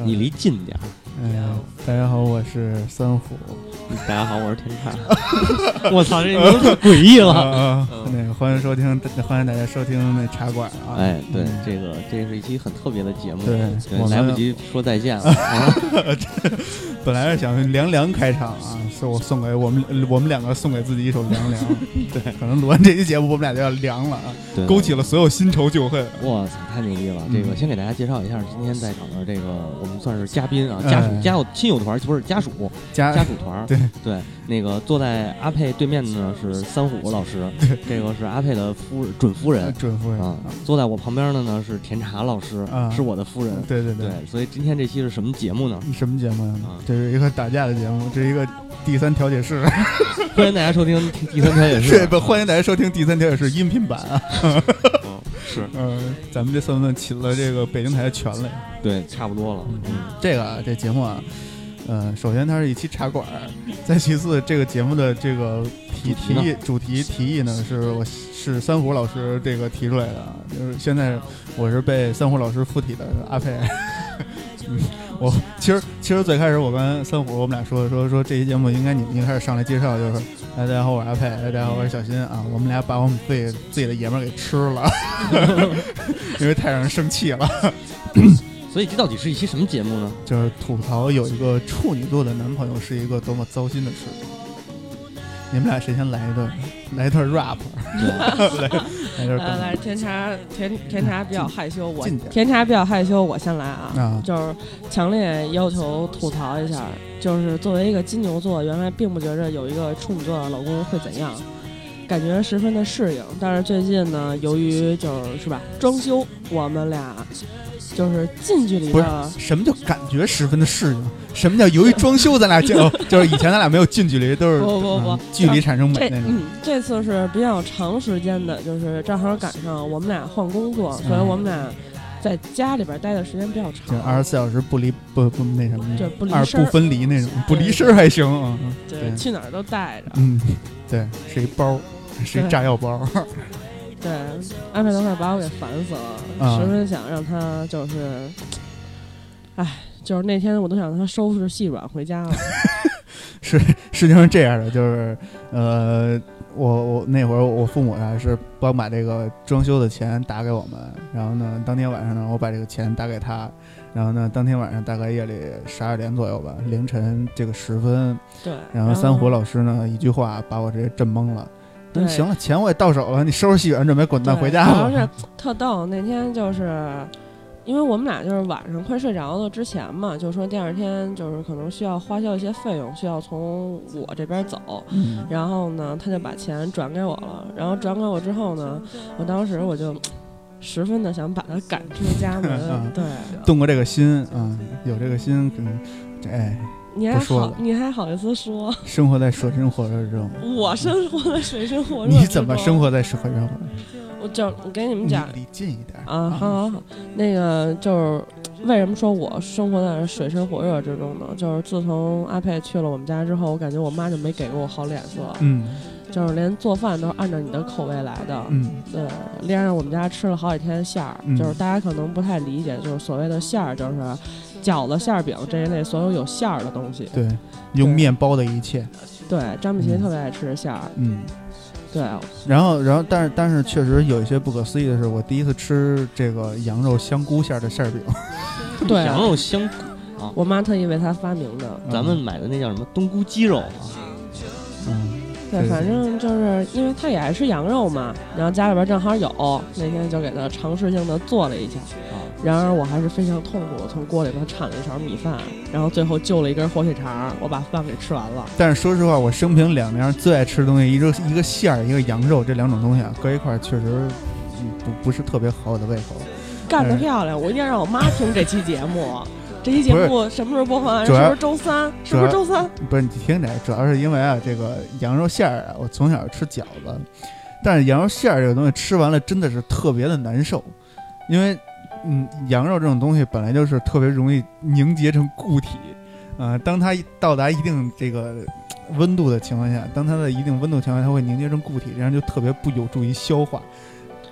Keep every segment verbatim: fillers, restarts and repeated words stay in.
你离近点。 嗯、呃，大家好，我是三虎。 大家好，我是天差。我操，这名字太诡异了。 啊、嗯，那个欢迎收听，欢迎大家收听那茶馆啊。 哎，对，嗯、这个这是一期很特别的节目。 对， 对我来不及说再见了。啊、 本来是想凉凉开场啊，是我送给我们我们两个送给自己一首凉凉。对，可能录完这期节目，我们俩就要凉了啊， 对， 勾起了所有新仇旧恨。 哇操，太牛逼了！ 嗯、 这个先给大家介绍一下今天在场的这个我们算是嘉宾啊，家属、哎、家友亲友团不是家属家家属团。 对对，那个坐在阿佩对面的呢是三虎老师，这个是阿佩的夫准夫人， 准夫人啊。坐在我旁边的呢是甜茶老师， 啊、 是我的夫人。 对对 对, 对，所以今天这期是什么节目呢？ 什么节目呀、 啊？ 这是一个打架的节目，这是一个第三调解室。 欢迎大家收听第三调解室。 对，不，欢迎大家收听第三调解室音频版啊。 哦，是， 嗯、呃，咱们这算不算起了这个北京台的权利？ 对，差不多了。 嗯，这个、啊、这节目啊。呃，首先它是一期茶馆，再其次这个节目的这个提提议主题提议呢，是我是三虎老师这个提出来的，就是现在我是被三虎老师附体的阿佩。嗯，我其实其实最开始我跟三虎我们俩说说说这期节目应该你们一开始上来介绍，就是大家好我是阿佩，大家好我是小新啊，我们俩把我们自己自己的爷们儿给吃了，因为太让人生气了。 所以这到底是一期什么节目呢？ 就是吐槽有一个处女座的男朋友是一个多么糟心的事情。你们俩谁先来一段？来一段 rap。来来段。 来来，甜茶甜甜茶比较害羞，我甜茶比较害羞，我先来啊。啊就是强烈要求吐槽一下，就是作为一个金牛座，原来并不觉着有一个处女座的老公会怎样。感觉十分的适应，但是最近呢，由于就是是吧装修，我们俩就是近距离的。 不是什么叫感觉十分的适应？什么叫由于装修咱俩就、哦、就是以前咱俩没有近距离，都是不不不、嗯、 距离产生美那种。 嗯，这次是比较长时间的，就是正好赶上我们俩换工作，所以我们俩在家里边待的时间比较长， 就二十四小时不离不不那什么， 就不离二不分离那种，不离身还行啊。 对，对去哪儿都带着。 嗯，对，是一包。是一炸药包。 对，安排都快把我给烦死了、嗯、十分想让他就是哎，就是那天我都想让他收拾细软回家了。 是事情是这样的，就是呃我我那会儿我父母啊是帮把这个装修的钱打给我们，然后呢当天晚上呢我把这个钱打给他，然后呢当天晚上大概夜里十二点左右吧，凌晨这个时分， 对， 然后三虎老师呢一句话把我直接震懵了。那行了，钱我也到手了，你收拾细软准备滚蛋回家吧。 主要是特逗，那天就是因为我们俩就是晚上快睡着了之前嘛，就说第二天就是可能需要花销一些费用，需要从我这边走、 嗯、 然后呢他就把钱转给我了，然后转给我之后呢，我当时我就十分的想把他赶出家门、啊、对， 动过这个心啊，有这个心跟哎你还好，你还好意思说？ 生活在水深火热之中。 我生活在水深火热。 你怎么生活在水深火热？ 我就我跟你们讲， 离近一点啊！好好好，那个就是为什么说我生活在水深火热之中呢？就是自从阿佩去了我们家之后，我感觉我妈就没给过我好脸色。 嗯。 就是连做饭都是按照你的口味来的， 嗯， 对，连着我们家吃了好几天馅儿、嗯，就是大家可能不太理解，就是所谓的馅儿，就是饺子、馅儿饼这一类所有有馅儿的东西。 对，用面包的一切。 对，张碧琪特别爱吃馅儿。 嗯， 对。 然后，然后，但是，但是，确实有一些不可思议的是，我第一次吃这个羊肉香菇馅儿的馅儿饼。 对， 羊肉香菇啊， 我妈特意为他发明的。 咱们买的那叫什么冬菇鸡肉啊？ 嗯。 对，反正就是因为他也爱吃羊肉嘛，然后家里边正好有，那天就给他尝试性的做了一下，然而我还是非常痛苦，从锅里边铲了一勺米饭，然后最后就了一根火腿肠，我把饭给吃完了。 但是说实话，我生平两样最爱吃的东西，一个一个馅儿，一个羊肉，这两种东西啊，搁一块儿确实不不是特别合我的胃口。 干得漂亮！我一定要让我妈听这期节目。这期节目什么时候播放？是不是周三？是不是周三？ 不是，你听着，主要是因为啊，这个羊肉馅儿啊，我从小吃饺子，但是羊肉馅儿这个东西吃完了真的是特别的难受，因为嗯，羊肉这种东西本来就是特别容易凝结成固体，啊、呃，当它到达一定这个温度的情况下，当它的一定温度情况下，它会凝结成固体，这样就特别不有助于消化。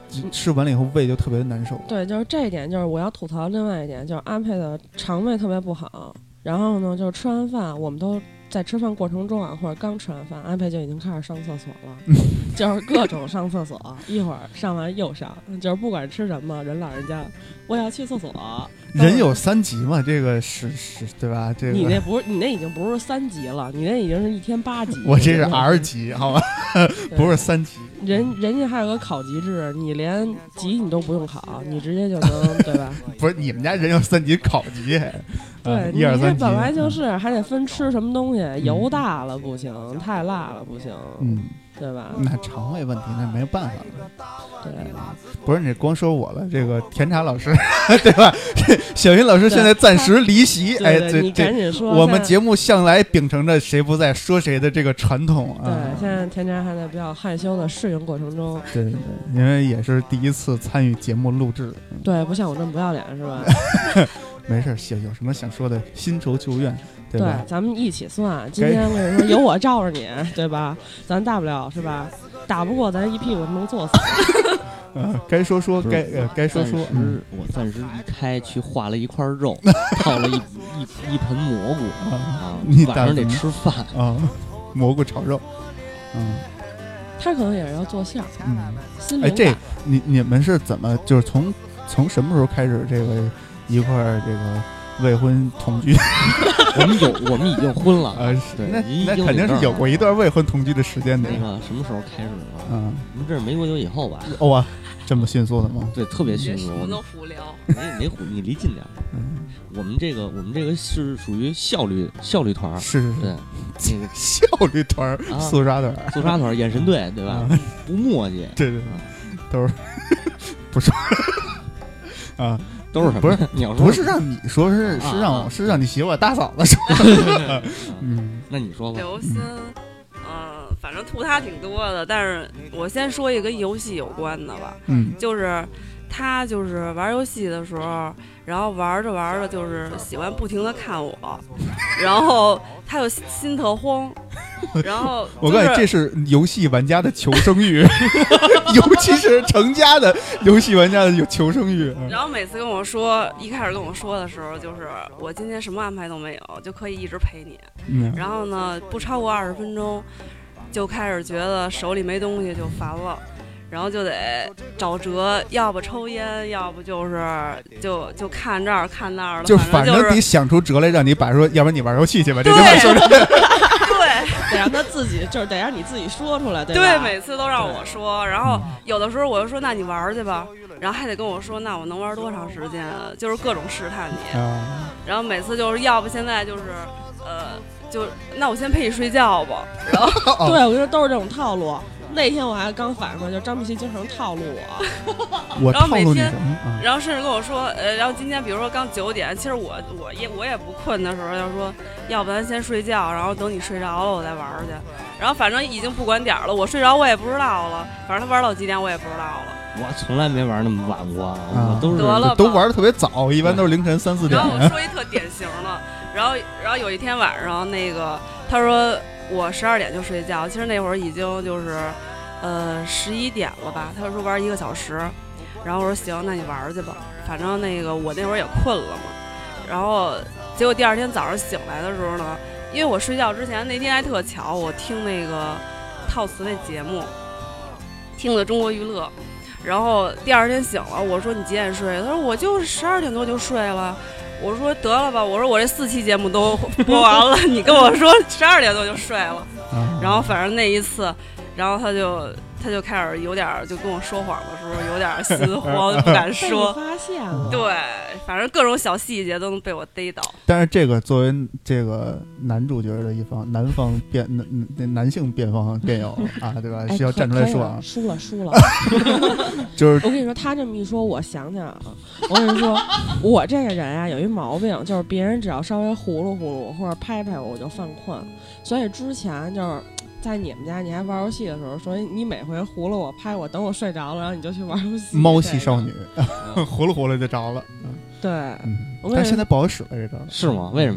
吃完了以后胃就特别难受。 对，就是这一点，就是我要吐槽另外一点，就是阿佩的肠胃特别不好。然后呢，就是吃完饭，我们都在吃饭过程中啊，或者刚吃完饭，阿佩就已经开始上厕所了，就是各种上厕所，一会儿上完又上，就是不管吃什么，人老人家我要去厕所。 人有三急嘛，这个是是，对吧？这个你那不是，你那已经不是三级了，你那已经是一天八级。 我这是 R 级，好吧，不是三级。 人人家还有个考级制，你连级你都不用考，你直接就能，对吧？ 不是你们家人有三级考级， 对， 一二三级本来就是还得分吃什么东西，嗯、油大了不行，太辣了不行， 嗯， 对吧？ 那肠胃问题那没有办法了。 对， 不是你光说我了，这个甜茶老师对吧？小云老师现在暂时离席，哎， 对，你赶紧说。 我们节目向来秉承着谁不在说谁的这个传统啊。 对，现在甜茶还在比较害羞的适应过程中。 对对对，因为也是第一次参与节目录制。 对，不像我这么不要脸是吧？ 没事，有什么想说的，新仇旧怨。对, 对，咱们一起算。今天我跟你说，有我罩着你，对吧？咱大不了是吧？打不过咱一屁股能坐死。 呃，该说说，该呃该说说。 嗯，我暂时离开去化了一块肉，泡了一一一盆蘑菇啊， 你晚上得吃饭啊，蘑菇炒肉。嗯， 他可能也是要做馅儿。 嗯，哎，这你你们是怎么就是从从什么时候开始这个一块儿这个？未婚同居， 我们有，我们已经婚了啊， 对， 那那肯定是有过一段未婚同居的时间的。 那个什么时候开始的？ 嗯， 我们这是没多久以后吧？ 哦啊，这么迅速的吗？ 对，特别迅速。 我们都胡聊， 没没胡，你离近点。嗯，我们这个我们这个是属于效率效率团， 是是是， 对，那个效率团、速刷团、 速刷团、眼神队，对吧？不磨叽， 对对，都是不是啊。 都是什么？ 不是你要说不是让你说，是是让我是让你媳妇大嫂子说。 嗯，那你说吧。 刘鑫，嗯，反正吐他挺多的，但是我先说一个跟游戏有关的吧。 嗯， 就是他就是玩游戏的时候，然后玩着玩着就是喜欢不停的看我，然后他有心特慌。然后、就是、 我告诉你，这是游戏玩家的求生欲，尤其是成家的游戏玩家的有求生欲。 然后每次跟我说，一开始跟我说的时候，就是我今天什么安排都没有，就可以一直陪你。 嗯、 然后呢，不超过二十分钟，就开始觉得手里没东西就烦了。然后就得找辙，要不抽烟，要不就是就就看这儿看那儿的， 就反正得想出辙来，让你把说，要不然你玩游戏去吧。 这句话说的对， 得让他自己，就是得让你自己说出来，对吧？ 对，每次都让我说，然后有的时候我就说，那你玩去吧，然后还得跟我说，那我能玩多长时间？就是各种试探你。 啊、 然后每次就是要不现在就是呃，就那我先陪你睡觉吧。然后对，我觉得都是这种套路。那天我还刚反应过来，就张碧琪经常套路我， 我然后每天， 嗯、 然后甚至跟我说，呃，然后今天比如说刚九点，其实我我也我也不困的时候，要说要不咱先睡觉，然后等你睡着了我再玩去，然后反正已经不管点了，我睡着我也不知道了，反正他玩到几点我也不知道了。 我从来没玩那么晚过， 啊、 我都是得了都玩的特别早，一般都是凌晨三四点。 然后我说一特典型的，然后然后有一天晚上那个他说。我十二点就睡觉，其实那会儿已经就是，呃，十一点了吧。他说玩一个小时，然后我说行，那你玩去吧。反正那个我那会儿也困了嘛。然后结果第二天早上醒来的时候呢，因为我睡觉之前那天还特巧，我听那个套词那节目，听的中国娱乐。然后第二天醒了，我说你几点睡？他说我就十二点多就睡了。我说得了吧，我说我这四期节目都播完了，你跟我说十二点多就睡了，然后反正那一次，然后他就他就开始有点就跟我说谎的时候有点心慌，不敢说。 被发现了。 对，反正各种小细节都能被我逮到。 但是这个作为这个男主角的一方，男方辩男男性辩方辩友啊，对吧？需要站出来说啊。 输了输了。 就是我跟你说，他这么一说，我想起来了。我跟你说，我这个人啊有一毛病，就是别人只要稍微呼噜呼噜或者拍拍我，我就犯困。所以之前就是在你们家你还玩游戏的时候，所以你每回呼噜我拍我，等我睡着了，然后你就去玩游戏。 猫系少女，呼噜呼噜就着了。 对， 嗯，但现在不好使了，这招是吗？为什么呀？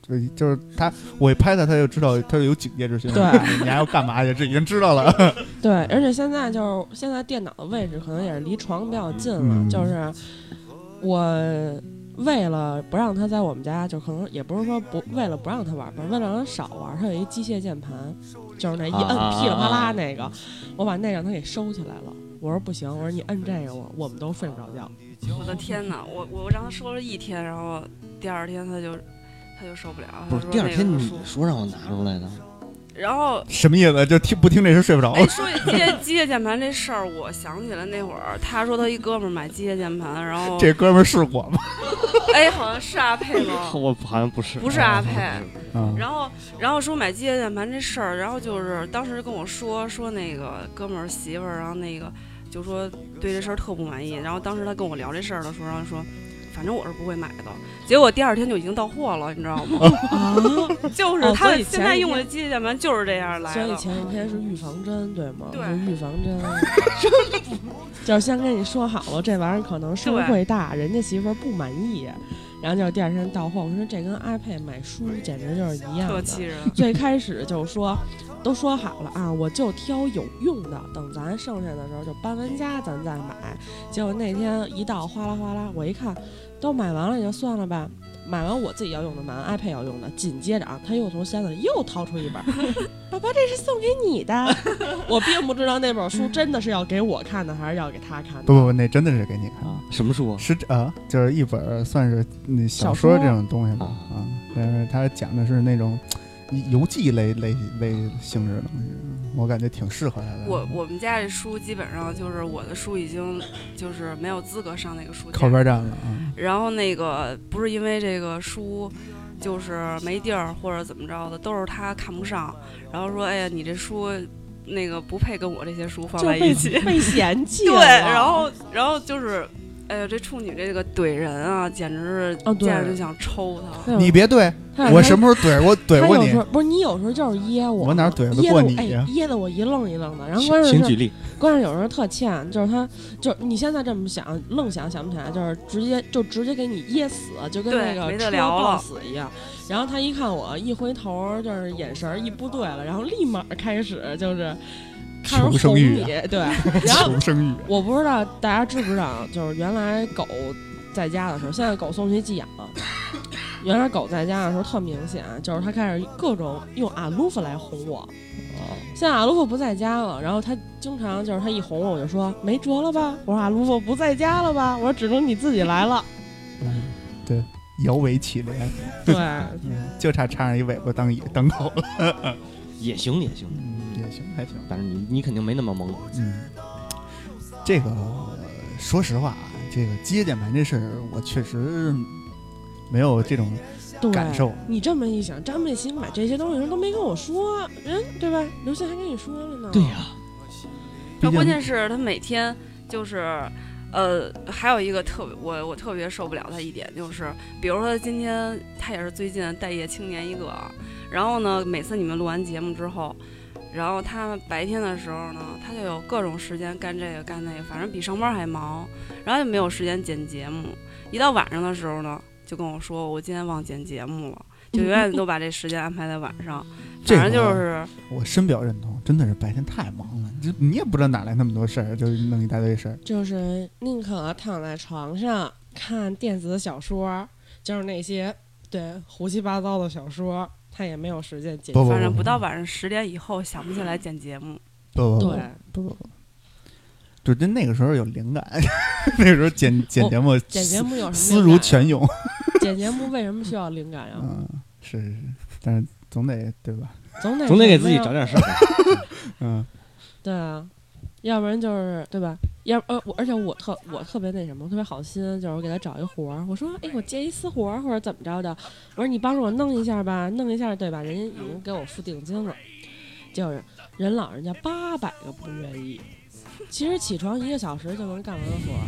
就是他，我一拍他，他就知道他有警戒之心。 对， 你还要干嘛去？这已经知道了。 对，而且现在就是现在电脑的位置可能也是离床比较近了， 嗯、 就是我。为了不让他在我们家，就可能也不是说不为了不让他玩吧，为了让他少玩，他有一机械键盘，就是那一摁噼里啪啦那个，啊、我把那让他给收起来了。我说不行，我说你摁这个我我们都睡不着觉。 我的天哪，我我让他收了一天，然后第二天他就他就受不了。 不是第二天你说让我拿出来的。 然后什么意思？就听不听这事睡不着？ 哎，说起机械机械键盘这事儿，我想起来那会儿，他说他一哥们儿买机械键盘，然后这哥们儿是我吗？ 哎，好像是阿佩吗？ 我好像不是， 不是阿佩。 嗯、 然后，然后说买机械键盘这事儿，然后就是当时跟我说说那个哥们儿媳妇儿，然后那个就说对这事儿特不满意。然后当时他跟我聊这事儿的时候，然后说。反正我是不会买的，结果第二天就已经到货了，你知道吗？啊，就是他现在用的机械键盘就是这样来的。 所以前一天是预防针，对吗？ 对， 是预防针。就是先跟你说好了，这玩意儿可能收会大，人家媳妇儿不满意，然后就是第二天到货。我说这跟阿佩买书简直就是一样的， 特气人。 最开始就说。都说好了啊，我就挑有用的，等咱剩下的时候就搬完家咱再买。结果那天一到哗啦哗啦，我一看都买完了也就算了吧，买完我自己要用的，买完 iPad 要用的，紧接着啊，他又从箱子里又掏出一本，爸爸这是送给你的。我并不知道那本书真的是要给我看的，还是要给他看的。 不不不，那真的是给你看。 啊、什么书？ 是啊，就是一本算是那小说这种东西吧啊，但是他讲的是那种。游记类类类性质的东西，我感觉挺适合他的。 我我们家这书基本上就是我的书已经就是没有资格上那个书靠边站了啊。 然后那个不是因为这个书就是没地儿或者怎么着的，都是他看不上，然后说哎呀你这书那个不配跟我这些书放在一起， 被嫌弃了。对，然后然后就是。哎呀，这处女这个怼人啊，简直是见着就想抽他。 哦、你别怼，我什么时候怼过怼过你？ 不是你有时候就是噎我， 我哪怼得过你呀？噎得我一愣一愣的。然后关键是， 请举例。 关键有时候特欠，就是他，就你现在这么想，愣想想不起来，就是直接就直接给你噎死，就跟那个车爆死一样。然后他一看我，一回头就是眼神一不对了，然后立马开始就是。 求生欲、啊， 对，然后求生欲。 我不知道大家知不知道，就是原来狗在家的时候，现在狗送去寄养了。原来狗在家的时候特明显，就是它开始各种用阿鲁夫来哄我。现在阿鲁夫不在家了，然后他经常就是他一哄我，我就说没辙了吧？我说阿鲁夫不在家了吧？我说只能你自己来了。 嗯，对，摇尾乞怜。 对、 嗯，就差插上一尾巴当当狗了。 也行，也行。 也行，还行， 但是你你肯定没那么萌。 嗯，这个、呃、说实话啊，这个机械键盘这事儿，我确实没有这种感受。 你这么一想，张贝欣买这些东西人都没跟我说，人对吧？刘鑫还跟你说了呢。 对呀、啊。 那关键是他每天就是，呃，还有一个特别我我特别受不了他一点就是，比如说今天他也是最近待业青年一个，然后呢，每次你们录完节目之后。然后他白天的时候呢，他就有各种时间干这个干那个，反正比上班还忙，然后就没有时间剪节目。一到晚上的时候呢，就跟我说我今天忘剪节目了，就永远都把这时间安排在晚上。反正就是、 这个、我深表认同，真的是白天太忙了，就你也不知道哪来那么多事儿，就弄一大堆事儿。 就是宁可躺在床上看电子小说，就是那些对胡七八糟的小说。他也没有时间剪， 反正不到晚上十点以后想不起来剪节目。 不不对不不不，就就那个时候有灵感，那个时候剪剪节目， 剪节目有什么思如泉涌。 剪节目为什么需要灵感呀？ 嗯，是是是，但是总得对吧？ 总得总得给自己找点事儿。 嗯， 对啊，要不然就是对吧？要呃，我而且我特我特别那什么，特别好心，就是我给他找一活儿，我说，哎，我接一私活儿或者怎么着的，我说你帮着我弄一下吧，弄一下对吧？人家已经给我付定金了，就是人老人家八百个不愿意，其实起床一个小时就能干完的活儿。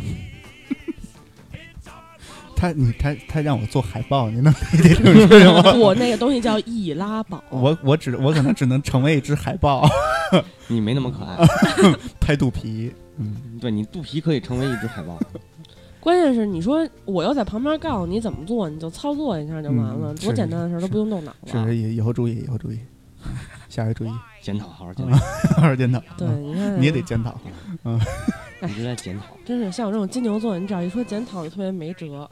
他你他他让我做海报，你能理解这种事吗？ 我那个东西叫易拉宝。 我我只我可能只能成为一只海豹。 你没那么可爱。 拍肚皮， 嗯，对你肚皮可以成为一只海豹。 关键是你说我又在旁边告诉你怎么做，你就操作一下就完了， 嗯、 多简单的事都不用动脑子。 是以以后注意，以后注意，下回注意检讨，好好检讨， 好好检讨。 对，你看你也得检讨，嗯， 一直在检讨。 真是像我这种金牛座，你只要一说检讨，就特别没辙。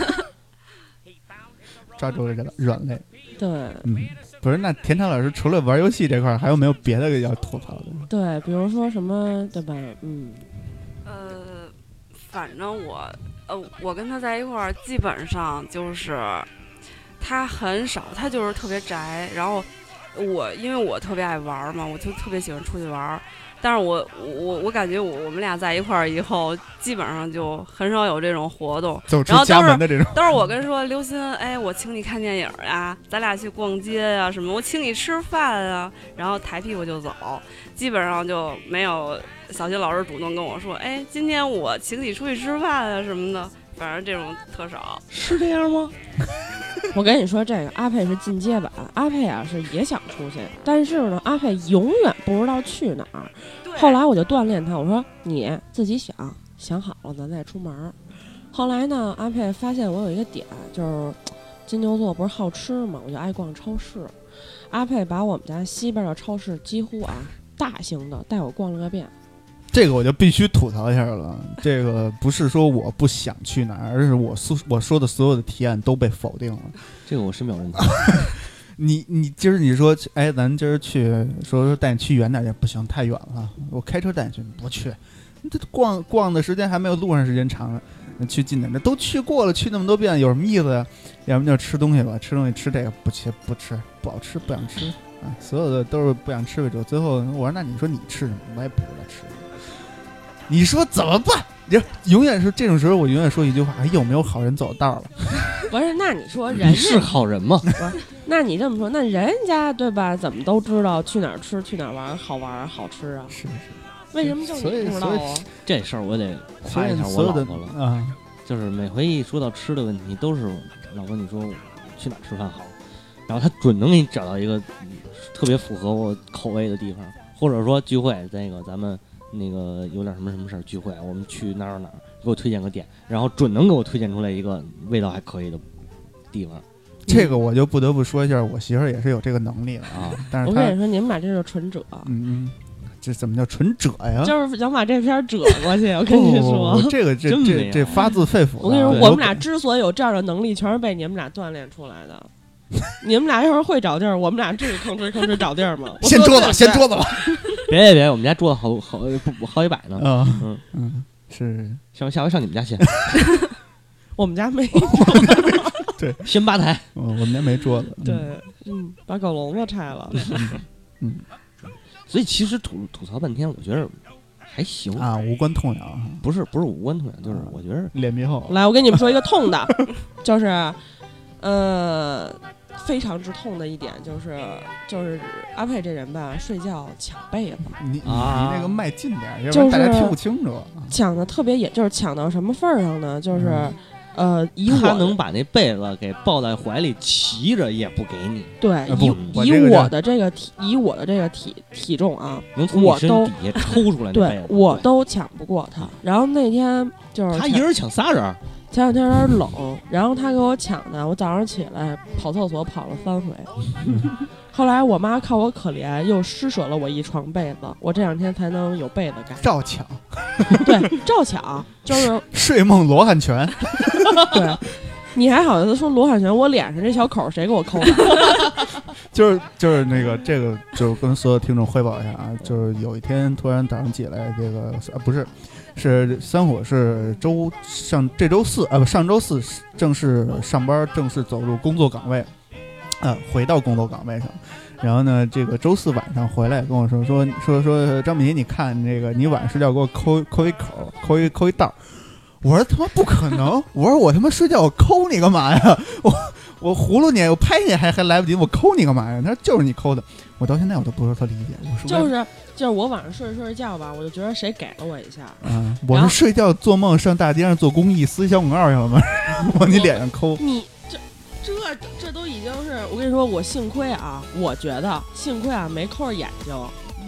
抓住了这个软肋。 对， 嗯，不是，那田超老师除了玩游戏这块，还有没有别的要吐槽的？ 对，比如说什么，对吧？嗯， 呃，反正我，呃，我跟他在一块儿，基本上就是他很少，他就是特别宅，然后我因为我特别爱玩嘛，我就特别喜欢出去玩。但是我我我感觉我我们俩在一块儿以后，基本上就很少有这种活动， 走出家门的这种。 都是我跟说刘鑫，哎，我请你看电影呀，咱俩去逛街呀什么，我请你吃饭啊，然后抬屁股就走，基本上就没有小新老师主动跟我说，哎，今天我请你出去吃饭啊什么的，反正这种特少。 是这样吗？ 我跟你说，这个阿佩是进阶版，阿佩啊是也想出去，但是呢，阿佩永远不知道去哪儿。后来我就锻炼他，我说你自己想想好了，咱再出门。后来呢，阿佩发现我有一个点，就是金牛座不是好吃嘛，我就爱逛超市。阿佩把我们家西边的超市几乎啊大型的带我逛了个遍。 这个我就必须吐槽一下了，这个不是说我不想去哪儿，而是我说我说的所有的提案都被否定了。 这个我是没有认同。 你你今儿你说，哎，咱今儿去说说带你去远点也不行，太远了，我开车带你去，不去。这逛逛的时间还没有路上时间长呢，去近点的都去过了，去那么多遍有什么意思呀？要不就吃东西吧，吃东西吃这个不吃不吃，不好吃不想吃啊，所有的都是不想吃为主。最后我说那你说你吃什么？我也不知道吃什么。你说怎么办？你永远是这种时候，我永远说一句话：哎，有没有好人走道了？ 不是，那你说人家是好人吗？ 不是，那你这么说，那人家对吧？怎么都知道去哪儿吃、去哪儿玩，好玩好吃啊？ 是是。 为什么就你不知道啊？ 这事儿我得夸一下我老婆了啊！就是每回一说到吃的问题，都是老婆你说去哪儿吃饭好，然后他准能给你找到一个特别符合我口味的地方，或者说聚会那个咱们。那个有点什么什么事儿聚会，我们去哪儿哪儿，给我推荐个店，然后准能给我推荐出来一个味道还可以的地方。 这个我就不得不说一下，我媳妇儿也是有这个能力的啊。但是我跟你说，你们俩这是纯者。 嗯嗯，这怎么叫纯者呀？ 就是想把这片折过去。我跟你说， 哦、这个这这这发自肺腑。 我跟你说，我们俩之所以有这样的能力，全是被你们俩锻炼出来的。你们俩要是会找地儿，我们俩至于吭哧吭哧找地儿吗？ 掀桌子，掀桌子吧！ 别别别，我们家桌子好好不好几百呢。 嗯嗯嗯，是下回下回上你们家先。 我们家没。 对， 掀吧台。 嗯，我们家没桌子。 对，嗯，把狗笼子拆了。 嗯， 所以其实吐吐槽半天，我觉得还行啊，无关痛痒。 不是不是无关痛痒，就是我觉得脸皮厚。 来，我跟你们说一个痛的，就是。呃，非常之痛的一点就是，就是阿佩这人吧，睡觉抢被子。 你你那个迈近点， 就是大家听不清楚。 抢的特别严，就是抢到什么份儿上呢？就是，嗯、呃，以我他能把那被子给抱在怀里骑着也不给你。 对， 呃、 以我以我的这个体，以我的这个体体重啊， 能从你身底下抽出来那被子， 对，我都抢不过他。然后那天就是他一人抢仨人。 前两天有点冷，然后他给我抢的，我早上起来跑厕所跑了三回，后来我妈看我可怜，又施舍了我一床被子，我这两天才能有被子盖。 照抢， 对，照抢就是睡梦罗汉拳。 对，你还好意思说罗汉拳？我脸上这小口谁给我抠的？ 就是就是那个这个，就跟所有听众汇报一下啊，就是有一天突然早上起来，这个啊不是。是三火是周上这周四啊不上周四正式上班，正式走入工作岗位，啊回到工作岗位上。然后呢，这个周四晚上回来跟我说说说说张敏，你看这个你晚上睡觉给我抠抠一口，抠一抠一道。我说他妈不可能！我说我他妈睡觉我抠你干嘛呀？我我葫芦你，我拍你还还来不及，我抠你干嘛呀？他说就是你抠的。我到现在我都不是特理解，我说就是就是我晚上睡着睡着觉吧，我就觉得谁给了我一下。 嗯，我是睡觉做梦上大街上做公益撕小广告去了吗？往你脸上抠。 你这这这都已经是我跟你说，我幸亏啊，我觉得幸亏啊没抠着眼睛。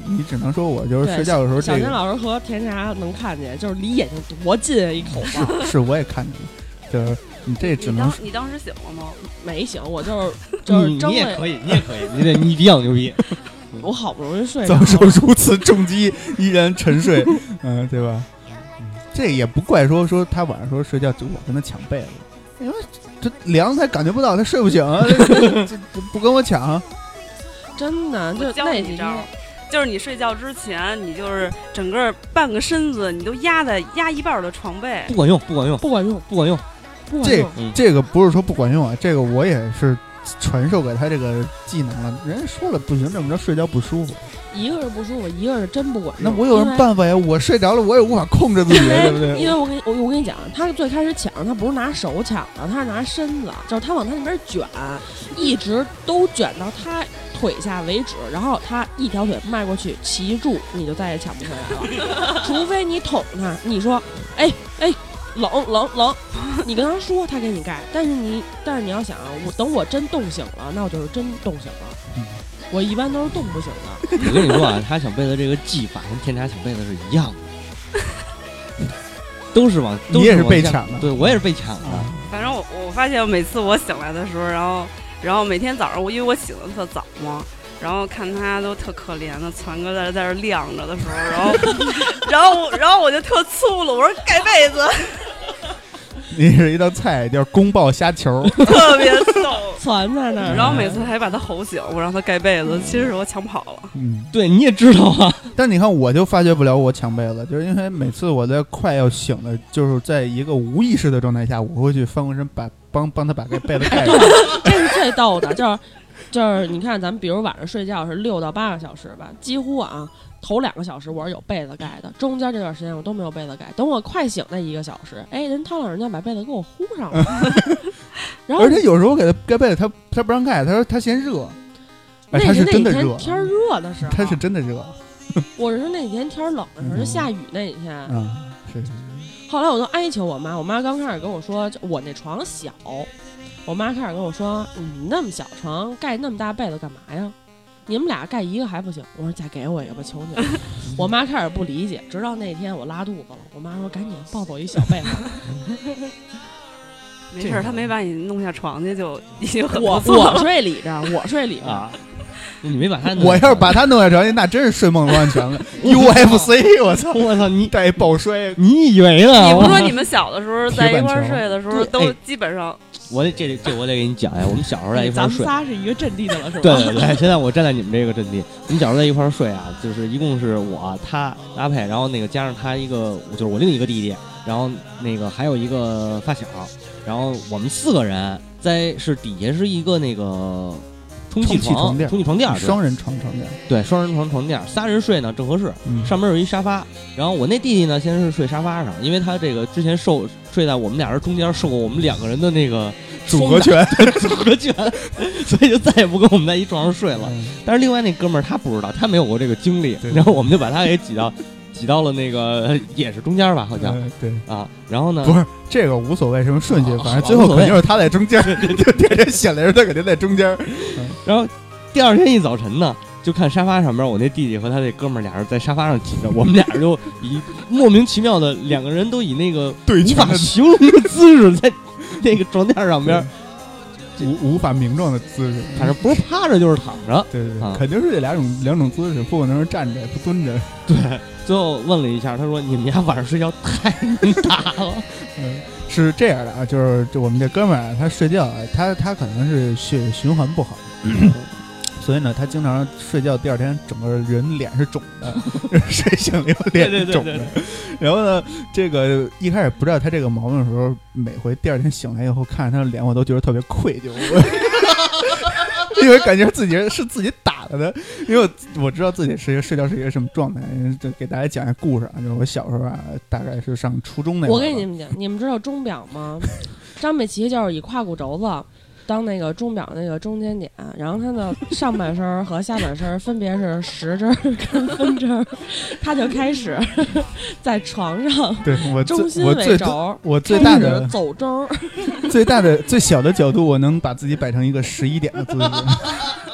你只能说我就是睡觉的时候、这个， 小天老师和甜茶能看见，就是离眼睛多近一口嘛。 是，我也看见，就是你这只能你当时醒了吗？ 没醒，我就是就是你你也可以，你也可以，你得你比较牛逼。 我好不容易睡， 遭受如此重击，依然沉睡，嗯，对吧？这也不怪说说他晚上说睡觉，就我跟他抢被子，因为这凉他感觉不到，他睡不醒啊，这这不跟我抢， 真的就那几天。 就是你睡觉之前，你就是整个半个身子，你都压在压一半的床被， 不管用，不管用， 不管用， 不管用。 不管用这、嗯、这个不是说不管用啊，这个我也是传授给他这个技能了。人家说了不行，这么着睡觉不舒服。 一个是不舒服，一个是真不管用。 那我有什么办法呀？我睡着了，我也无法控制自己，对不对？ 因为我跟我我跟你讲，他最开始抢，他不是拿手抢的，他是拿身子，就是他往他那边卷，一直都卷到他腿下为止，然后他一条腿迈过去骑住，你就再也抢不回来了。除非你捅他，你说，哎哎，冷冷冷，你跟他说，他给你盖。但是你但是你要想，我等我真冻醒了，那我就是真冻醒了。嗯，我一般都是冻不醒的。 我跟你说啊，他抢被子这个技法跟天茶抢被子是一样的，都是往，都是你也是被抢的， 对我也是被抢的。 反正我我发现每次我醒来的时候，然后然后每天早上我因为我醒得特早嘛，然后看他都特可怜的，攒个在在这晾着的时候，然后然后然后我就特粗鲁，我说盖被子。 你是一道菜叫宫爆虾球， 特别逗， 攒在那儿， 然后每次还把他吼醒，我让他盖被子，其实是我抢跑了。 嗯， 对，你也知道啊。 但你看，我就发觉不了我抢被子，就是因为每次我在快要醒的，就是在一个无意识的状态下，我会去翻过身把帮帮他把这被子盖上。 这是最逗的，就是就是你看，咱们比如晚上睡觉是六到八个小时吧，几乎啊。头两个小时我是有被子盖的，中间这段时间我都没有被子盖。等我快醒那一个小时，哎，人汤老人家把被子给我呼上了。然后而且有时候我给他盖被子，他他不让盖，他说他嫌热。哎，他是真的热， 天热的时候， 他是真的热。 我是说那几天天冷的时候，就下雨那几天。 嗯，是是是。 后来我都哀求我妈，我妈刚开始跟我说，我那床小，我妈开始跟我说，你那么小床盖那么大被子干嘛呀？你们俩盖一个还不行，我说再给我一个吧，求你了。我妈开始不理解，直到那天我拉肚子了，我妈说赶紧抱走一小被子。 没事，他没把你弄下床去就已经很不错了。我我睡里着，我睡里着。 啊，你没把他， 我要是把他弄下床去，那真是睡梦乱全了。U F C， 我操， 我操，你带抱摔， 你以为呢？ 你不说你们小的时候在一块睡的时候，都基本上。 我这这这我得给你讲呀，我们小时候在一块儿睡， 咱们仨是一个阵地的了，是吧？ 对对对，现在我站在你们这个阵地，我们小时候在一块儿睡啊，就是一共是我他搭配，然后那个加上他一个，就是我另一个弟弟，然后那个还有一个发小，然后我们四个人在是底下是一个那个充气床，充气床垫， 双人床床垫， 对，双人床床垫，仨人睡呢正合适，嗯、上面有一沙发，然后我那弟弟呢先是睡沙发上，因为他这个之前受睡在我们俩人中间受过我们两个人的那个。 组合拳， 组合拳，所以就再也不跟我们在一床上睡了。嗯、但是另外那哥们儿他不知道，他没有过这个经历，然后我们就把他给挤到挤到了那个也是中间吧，好像、 嗯、对啊。然后呢， 不是这个无所谓什么顺序，哦、反正最后肯定是他在中间，就第二天醒来时候他肯定在中间。 嗯、然后第二天一早晨呢，就看沙发上边，我那弟弟和他那哥们儿俩人在沙发上挤着，我们俩人就以莫名其妙的两个人都以那个无法形容的姿势在。那个床垫上边无无法名状的姿势， 反正不是趴着就是躺着， 对对对，啊、肯定是这两种两种姿势，不可能是站着不蹲着。 对，最后问了一下，他说：“你们家晚上睡觉太能打了。” 嗯，是这样的啊，就是就我们这哥们儿啊，他睡觉啊，他他可能是血循环不好。所以呢，他经常睡觉，第二天整个人脸是肿的，睡醒了以后脸是肿的。对对对对，然后呢，这个一开始不知道他这个毛病的时候，每回第二天醒来以后看着他的脸，我都觉得特别愧疚，因为感觉自己是自己打了的。因为我我知道自己是一个睡觉是一个什么状态，就给大家讲一下故事啊。就是我小时候啊，大概是上初中那会儿。 我跟你们讲，你们知道钟表吗？张北齐就是以胯骨轴子当那个钟表那个中间点，然后它的上半身和下半身分别是时针跟分针，他就开始在床上对我中心为轴， 我最大的走轴， 最大的最小的角度，我能把自己摆成一个十一点的姿势。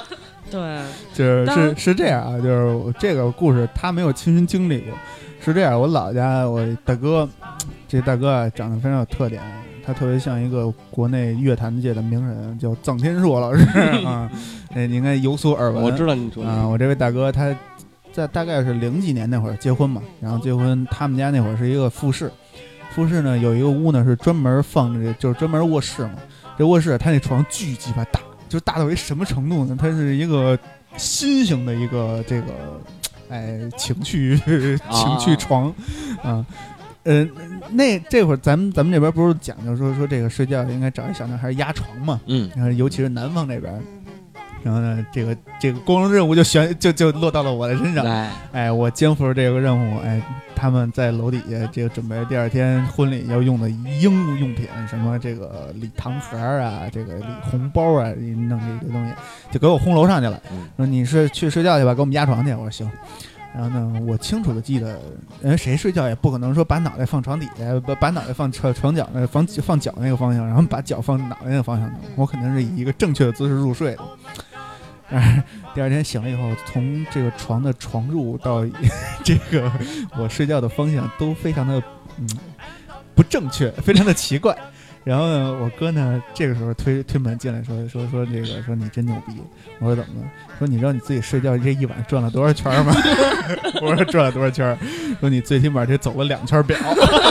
对， 就是是是这样啊，就是这个故事他没有亲身经历过，是这样。我老家我大哥，这大哥啊长得非常有特点，他特别像一个国内乐坛界的名人，叫臧天朔老师啊，哎，你应该有所耳闻。 我知道你说啊，我这位大哥他在大概是零几年那会儿结婚嘛，然后结婚他们家那会儿是一个复式，复式呢有一个屋呢是专门放着，就是专门卧室嘛，这卧室他那床巨鸡巴大。就大到一什么程度呢？它是一个新型的一个这个，哎，情趣情趣床，啊，呃，那这会儿咱们咱们这边不是讲究说说这个睡觉应该找一小男孩压床嘛， 嗯， 然后尤其是南方这边。然后呢，这个这个光荣任务就选就就落到了我的身上，哎，我肩负着这个任务，哎，他们在楼底下这个准备第二天婚礼要用的应物用品，什么这个礼糖盒啊，这个礼红包啊，弄这个东西，就给我轰楼上去了，说你是去睡觉去吧，给我们压床去。我说行。然后呢，我清楚的记得，人谁睡觉也不可能说把脑袋放床底下，把把脑袋放床床脚那放放脚那个方向，然后把脚放脑袋那个方向，我肯定是以一个正确的姿势入睡的。第二天醒了以后，从这个床的床褥到这个我睡觉的方向都非常的嗯不正确，非常的奇怪。然后呢，我哥呢这个时候推推门进来说说说这个说你真牛逼。我说怎么了？说你知道你自己睡觉这一晚转了多少圈吗？我说转了多少圈？说你最起码得走了两圈表。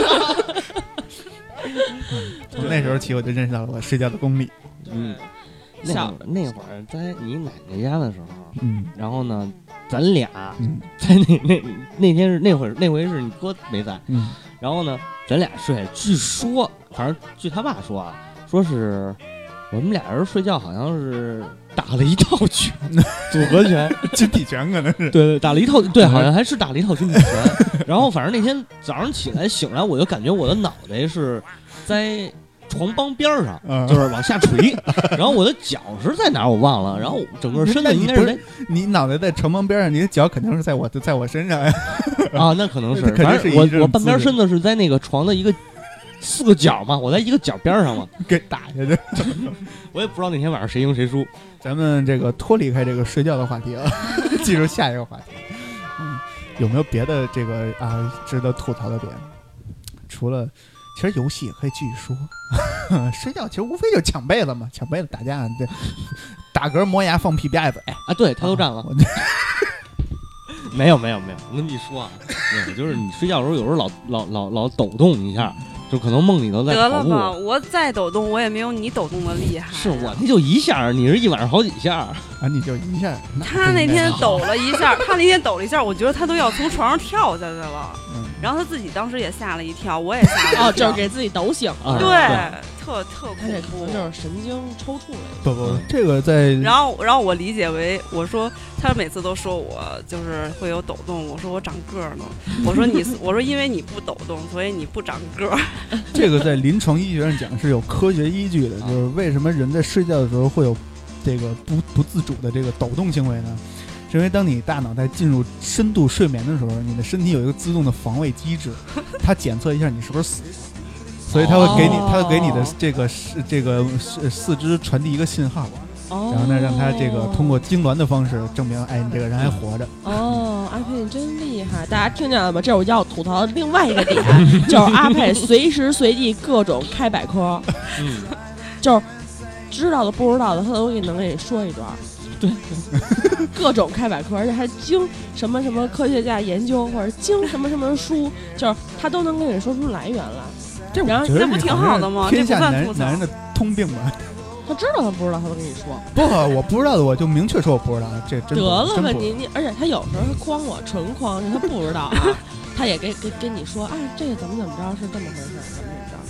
从那时候起我就认识到了我睡觉的功力。 嗯。那会儿那会儿在你奶奶家的时候， 嗯， 然后呢，咱俩在那那那天是那会儿那回是你哥没在， 嗯， 然后呢，咱俩睡，据说反正据他爸说啊，说是我们俩人睡觉好像是打了一套拳，组合拳、 军体拳可能是， 对对，打了一套，对，好像还是打了一套军体拳。然后反正那天早上起来醒来，我就感觉我的脑袋是在床帮边上， 嗯、 就是往下垂，然后我的脚是在哪儿我忘了，然后整个身子应该是在你, 你脑袋在床帮边上，你的脚肯定是在我在我身上呀。 啊，那可能是， 肯定是我我半边身子是在那个床的一个四个角嘛，我在一个角边上嘛， 给打下去。 我也不知道那天晚上谁赢谁输。 咱们这个脱离开这个睡觉的话题啊，进入下一个话题。嗯，有没有别的这个啊值得吐槽的点？除了。其实游戏也可以继续说，睡觉其实无非就是抢被子嘛，抢被子打架，对，打嗝磨牙放屁吧嘴啊，对他都占了。啊、没有没有没有，我跟你说啊，就是你睡觉的时候有时候老老老老抖动一下，就可能梦里头在得了吧，我再抖动我也没有你抖动的厉害、啊。 是我那就一下，你是一晚上好几下啊， 你就一下。 他那天抖了一下，他那天抖了一下，我觉得他都要从床上跳下去了。嗯，然后他自己当时也吓了一跳，我也吓了一跳。 哦，就是给自己抖醒了。 对，对特特恐怖， 就是神经抽搐了。 不不，这个在。 然后，然后我理解为，我说他每次都说我就是会有抖动，我说我长个儿呢。我说你，我说因为你不抖动，所以你不长个儿。 这个在临床医学上讲是有科学依据的，就是为什么人在睡觉的时候会有这个不不自主的这个抖动行为呢？是因为当你大脑在进入深度睡眠的时候，你的身体有一个自动的防卫机制，它检测一下你是不是死了，所以它会给你，它会给你的这个这个四肢传递一个信号，然后呢，让它这个通过痉挛的方式证明，哎，你这个人还活着。 哦，阿佩你真厉害！大家听见了吗？这是我要吐槽的另外一个点，就是阿佩随时随地各种开百科，嗯，就是知道的不知道的，他都给能给你说一段。对，各种开百科，而且还经什么什么科学家研究，或者经什么什么书，就是他都能跟你说出来源来。 这然后这不挺好的吗？ 天下男男人的通病吧？ 他知道他不知道，他都跟你说。 不，我不知道的我就明确说我不知道，这真得了吧你你，而且他有时候他诓我，纯诓，他不知道啊，他也跟跟跟你说，哎，这个怎么怎么着是这么回事，怎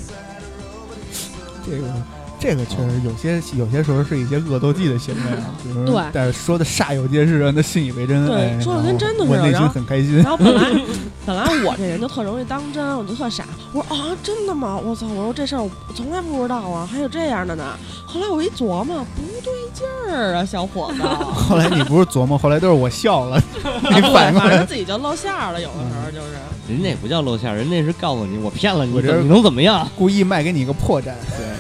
么怎么着。 这个。这个确实有些有些时候是一些恶作剧的行为啊，比如对， 但是说的煞有介事，让他信以为真。 对， 哎、 说的跟真的似的，我内心很开心。 然后本来本来我这人就特容易当真，我就特傻。我说啊，真的吗？我操！我说这事儿我从来不知道啊，还有这样的呢。后来我一琢磨，不对劲儿啊，小伙子。 后来你不是琢磨，后来都是我笑了，你反反正自己就露馅了，有的时候就是。 人那不叫露馅，人那是告诉你我骗了你，你能怎么样？ 故意卖给你一个破绽。 对。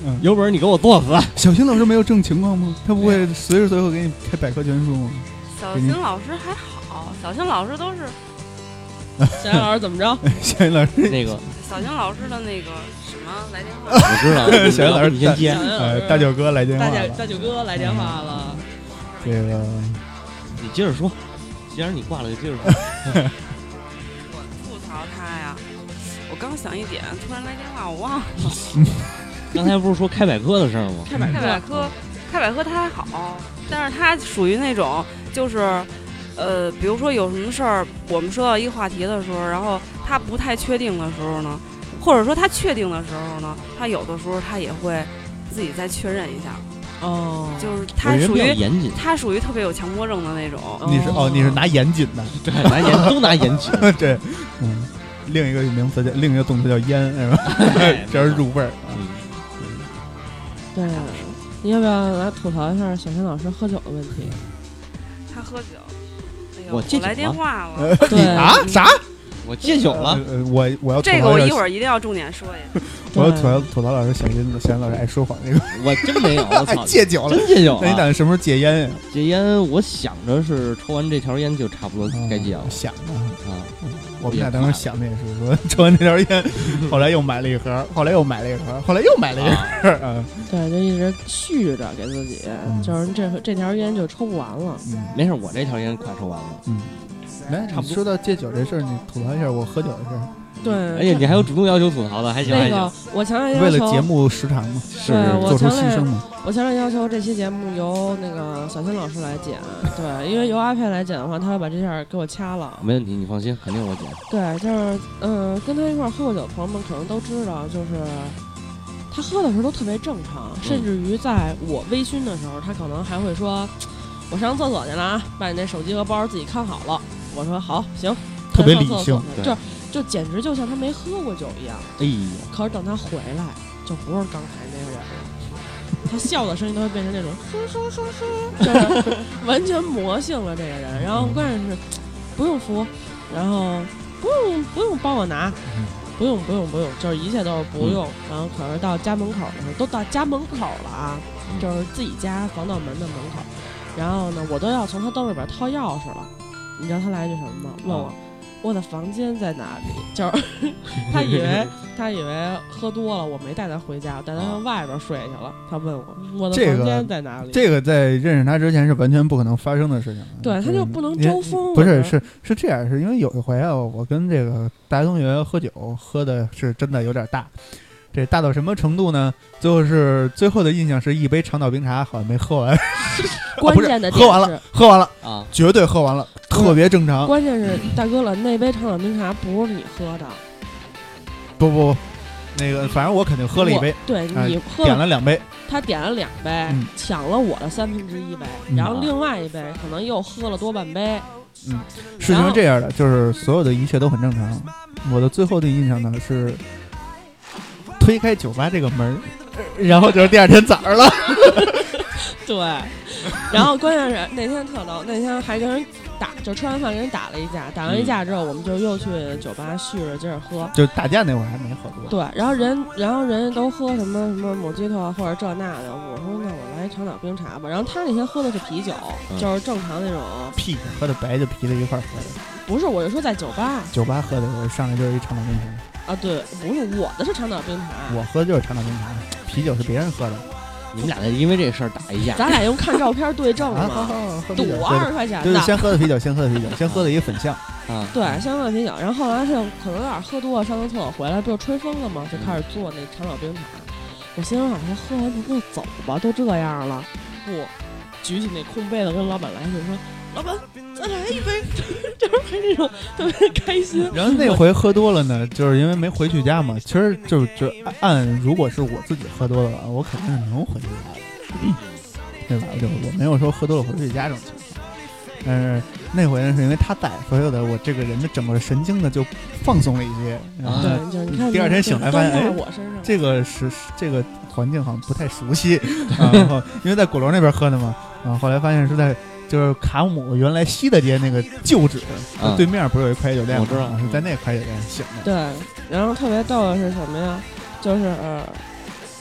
嗯，有本事你给我作死。 小新老师没有这种情况吗？他不会随时随后给你开百科全书吗？ 小新老师还好，小新老师都是。 小新老师怎么着？ 小新老师那个小新老师的那个什么来电话？我知道， 小新老师你先接。 呃，大九哥来电话了。 大九哥来电话了。 这个， 你接着说。既然你挂了，就接着说。 我吐槽他呀，我刚想一点，突然来电话，我忘了。 刚才不是说开百科的事儿吗？ 开百科， 开百科，开百科他还好，但是他属于那种就是。呃，比如说有什么事儿，我们说到一个话题的时候，然后他不太确定的时候呢，或者说他确定的时候呢，他有的时候他也会自己再确认一下。 哦， 就是他属于严谨， 他属于特别有强迫症的那种。 你是哦，你是拿严谨的， 对，拿严都拿严谨。 对，嗯，另一个名词叫另一个动词叫烟，是吧？这是入味儿。 嗯， 对，你要不要来吐槽一下小陈老师喝酒的问题？ 他喝酒。 我戒酒来电话了， 呃、你啊啥？ 我戒酒了， 呃、我我要这个我一会儿一定要重点说一下。 我要吐槽吐槽老师小新小新老师爱说谎那个， 我真没有，我操， 戒酒了， 真戒酒了。 那你打算什么时候戒烟呀？ 戒烟，我想着是抽完这条烟就差不多该戒了。 哦、想的啊， 我们俩当时想的也是说抽完这条烟，后来又买了一盒，后来又买了一盒，后来又买了一盒，啊， 啊对，就一直续着给自己，嗯、就是这这条烟就抽不完了。 嗯， 没事，我这条烟快抽完了。 嗯。来，差不多。说到戒酒这事儿，你吐槽一下我喝酒的事儿。 对， 哎呀，你还有主动要求吐槽的，还行还行。 那个，我强烈要求为了节目时长嘛， 是做出牺牲嘛。 我强烈要求这期节目由那个小新老师来剪，对，因为由阿佩来剪的话，他会把这下给我掐了。 没问题，你放心，肯定我剪。 对，就是嗯、呃，跟他一块儿喝过酒的朋友们可能都知道，就是他喝的时候都特别正常，嗯、甚至于在我微醺的时候，他可能还会说：“我上厕所去了啊，把你那手机和包自己看好了。”我说好行， 特别理性， 就就简直就像他没喝过酒一样。 哎呀！ 可是等他回来，就不是刚才那个人了。他笑的声音都会变成那种呵呵呵呵，就是完全魔性了这个人。然后关键是不用扶，然后不用不用帮我拿，不用不用不用，就是一切都是不用。嗯、然后可是到家门口的时候，都到家门口了啊，就是自己家防盗门的门口。然后呢，我都要从他兜里边掏钥匙了。你知道他来一句什么吗？问我我的房间在哪里？就是他以为他以为喝多了，我没带他回家，我带他上外边睡去了。他问我我的房间在哪里？ 这个、这个在认识他之前是完全不可能发生的事情。 对，他就不能招风。 不是，是是这样，是因为有一回啊，我跟这个大学同学喝酒，喝的是真的有点大。这大到什么程度呢？最后是最后的印象是一杯长岛冰茶好像没喝完， 关键的点、啊、喝完了，喝完了啊， 绝对喝完了，特别正常。 关键是大哥了，那杯长岛冰茶不是你喝的， 不不不，那个反正我肯定喝了一杯， 对你喝、 呃、点了两杯， 他点了两杯，嗯、抢了我的三分之一杯， 嗯、 然后另外一杯可能又喝了多半杯。 嗯，事情是这样的，就是所有的一切都很正常。我的最后的印象呢是。推开酒吧这个门，然后就是第二天早上了。 对，然后关键是那天特逗，那天还跟人打，就吃完饭跟人打了一架，打完一架之后，我们就又去酒吧续着接着喝。 就打架那会儿还没喝多。 对，然后人，然后人家都喝什么什么某鸡头或者这那的，我说那我来长岛冰茶吧。然后他那天喝的是啤酒，嗯、就是正常那种啤酒，喝的白的啤的一块喝的。 不是，我就说在酒吧。 酒吧喝的时候上来就是一长岛冰茶。 啊，对，不是我的是长岛冰茶， 我喝的就是长岛冰茶，啤酒是别人喝的。 你们俩因为这事儿打一架， 咱俩用看照片对证嘛， 啊、 赌二十块钱的， 就是先喝的啤酒，先喝的啤酒，先喝的一个粉象啊，对，先喝的啤酒，然后后来他就可能有点喝多了，上个厕所回来不就吹风了吗？就开始做那长岛冰茶。我心想说喝完不就走吧，都这样了，不，举起那空杯子跟老板来一句说。老板，再来一杯，就是还那种特别开心。 然后那回喝多了呢，就是因为没回去家嘛。其实就就按如果是我自己喝多了，我肯定是能回去家的，对吧？就我没有说喝多了回去家这种情况。但是那回呢，是因为他在，所有的我这个人的整个神经呢就放松了一些。然后呢， 对，就是第二天醒来发现，哎， 我身上这个是这个环境好像不太熟悉啊。然后因为在鼓楼那边喝的嘛，然后后来发现是在。就是卡姆原来西大街那个旧址、嗯、对面不是有一快捷酒店吗？ 我知道是在那个快捷酒店醒的。 对，然后特别逗的是什么呀？就是呃，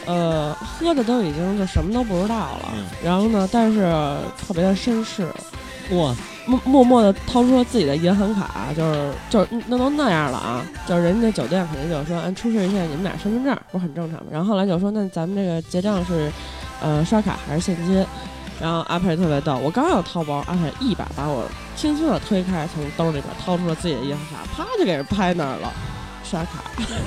呃，喝的都已经就什么都不知道了， 嗯、 然后呢，但是特别的绅士， 哇， 默默默的掏出了自己的银行卡，就是就是那都那样了啊，就是人家酒店肯定就说，嗯，出示一下你们俩身份证，不是很正常吗？然后后来就说，那咱们这个结账是，呃，刷卡还是现金？然后阿佩特别逗，我刚要掏包，阿佩一把把我轻轻的推开，从兜里边掏出了自己的银行卡，啪就给人拍那儿了。刷卡，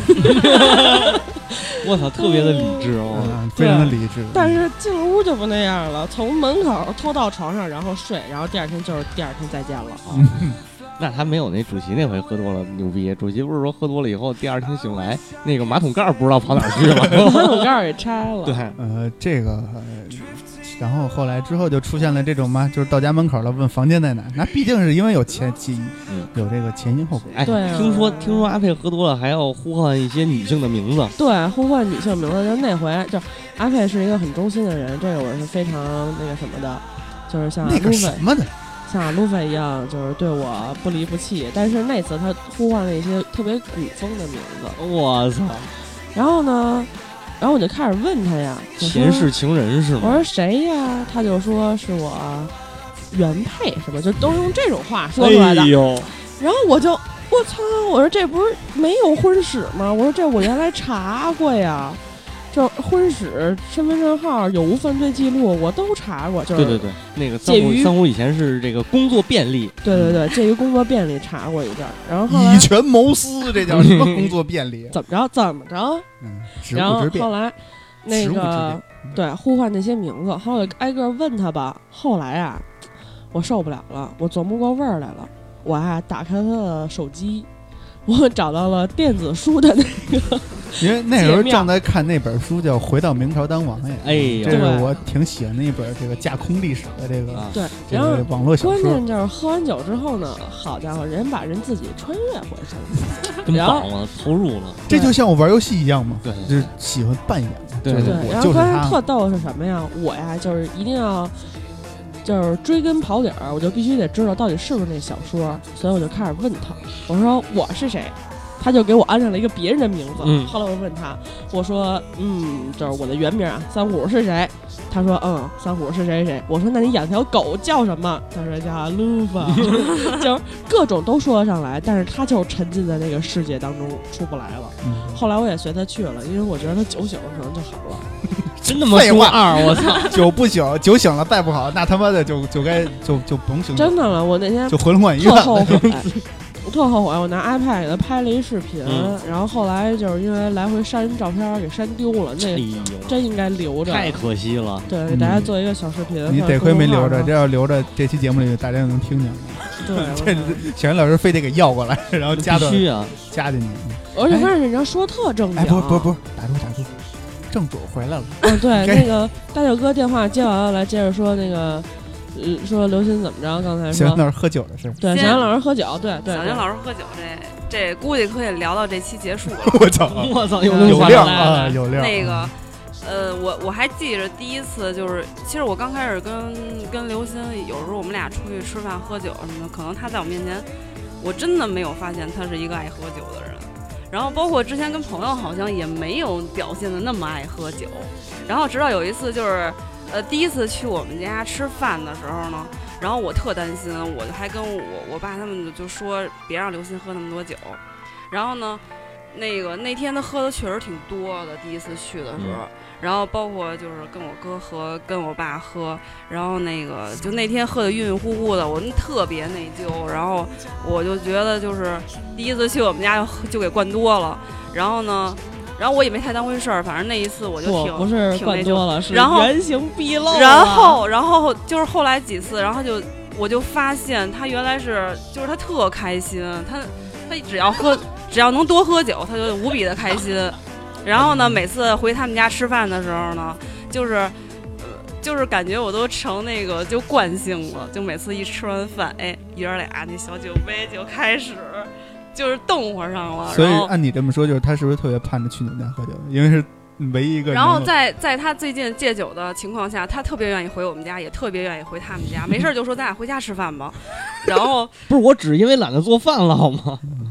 我操，特别的理智哦， 嗯、非常的理智。 但是进了屋就不那样了，从门口偷到床上，然后睡，然后第二天就是第二天再见了。 嗯、那他没有那主席那回喝多了牛逼，主席不是说喝多了以后第二天醒来，那个马桶盖不知道跑哪儿去了， 马桶盖给拆了。 对， 呃，这个。呃然后后来之后就出现了这种嘛，就是到家门口了问房间在哪，那毕竟是因为有前期、嗯、有这个前因后果。 哎， 对、啊， 听说听说阿佩喝多了还要呼唤一些女性的名字。 对，呼唤女性名字，就那回就阿佩是一个很忠心的人，这个我是非常那个什么的，就是像那个什么的， 像路飞一样，就是对我不离不弃。但是那次他呼唤了一些特别古风的名字， 我操！ 然后呢？然后我就开始问他呀， 前世情人是吗？ 我说谁呀？他就说是我原配，是吧？就都用这种话说出来的。 哎呦！ 然后我就我操！我说这不是没有婚史吗？我说这我原来查过呀，就婚史、身份证号、有无犯罪记录我都查过。就是对对对，那个三虎三虎以前是这个工作便利。 对对对，介于工作便利查过一阵儿，然后后来以权谋私，这叫什么工作便利？ 怎么着怎么着？ 嗯， 然后后来那个对呼唤那些名字，后来挨个问他吧。后来啊，我受不了了，我琢磨过味儿来了，我啊打开他的手机，我找到了电子书的那个。 因为那时候正在看那本书叫《回到明朝当王爷》， 哎呦， 这是我挺喜欢的一本这个架空历史的这个对， 然后网络小说。 关键就是喝完酒之后呢，好家伙，人把人自己穿越回去了， 真棒了，投入了。 这就像我玩游戏一样嘛， 对， 就是喜欢扮演。 对对，然后关键特逗是什么呀？我呀，就是一定要。就是追根刨底儿，我就必须得知道到底是不是那小说，所以我就开始问他，我说我是谁，他就给我安上了一个别人的名字。 嗯、 后来我问他，我说嗯，就是我的原名啊，三虎是谁？他说嗯，三虎是谁谁。我说那你养条狗叫什么？他说叫卢法，就是各种都说得上来，但是他就沉浸在那个世界当中出不来了。 嗯、 后来我也随他去了，因为我觉得他酒醒了可能就好了。 真他妈中二！我操， 酒不醒，酒醒了再不好，那他妈的就就该就就甭醒。 真的了，我那天就回龙观医院特后悔，我特后悔，我拿 iPad 给他拍了一视频，嗯、然后后来就是因为来回删照片给删丢了，那、哎、真应该留着， 太可惜了。 对，给大家做一个小视频。 嗯、你得亏没留着，这要留着，这期节目里大家就能听见了。 对， 这小袁老师非得给要过来，然后加到必须啊， 加进去。 而且发现人家说特正经， 哎，不不不，打住打住。正主回来了。 嗯，对，那个大舅哥电话接完了，来接着说那个，呃，说刘鑫怎么着？刚才说小杨老师喝酒的事。 对，小杨老师喝酒，对对。 小杨老师喝酒，这这估计可以聊到这期结束了。 我操！ 我操！ 有有料啊，有料。 那个，呃，我我还记着第一次，就是其实我刚开始跟跟刘鑫，有时候我们俩出去吃饭喝酒什么的，可能他在我面前，我真的没有发现他是一个爱喝酒的人。然后包括之前跟朋友好像也没有表现的那么爱喝酒，然后直到有一次就是，呃，第一次去我们家吃饭的时候呢，然后我特担心，我就还跟我我爸他们就说别让刘鑫喝那么多酒，然后呢，那个那天他喝的确实挺多的，第一次去的时候，嗯、然后包括就是跟我哥喝，跟我爸喝，然后那个就那天喝的晕晕乎乎的，我特别内疚，然后我就觉得就是第一次去我们家就就给灌多了，然后呢，然后我也没太当回事儿，反正那一次我就挺不是灌多了，是然后原形毕露， 然后然后就是后来几次，然后就我就发现他原来是就是他特开心，他他只要喝只要能多喝酒，他就无比的开心。然后呢，每次回他们家吃饭的时候呢，就是，呃，就是感觉我都成那个就惯性了，就每次一吃完饭，哎，爷儿俩那小酒杯就开始就是动活上了。 所以按你这么说，就是他是不是特别盼着去你们家喝酒？因为是唯一一个。 然后在在他最近戒酒的情况下，他特别愿意回我们家，也特别愿意回他们家，没事就说咱俩回家吃饭吧。然后不是我只因为懒得做饭了好吗？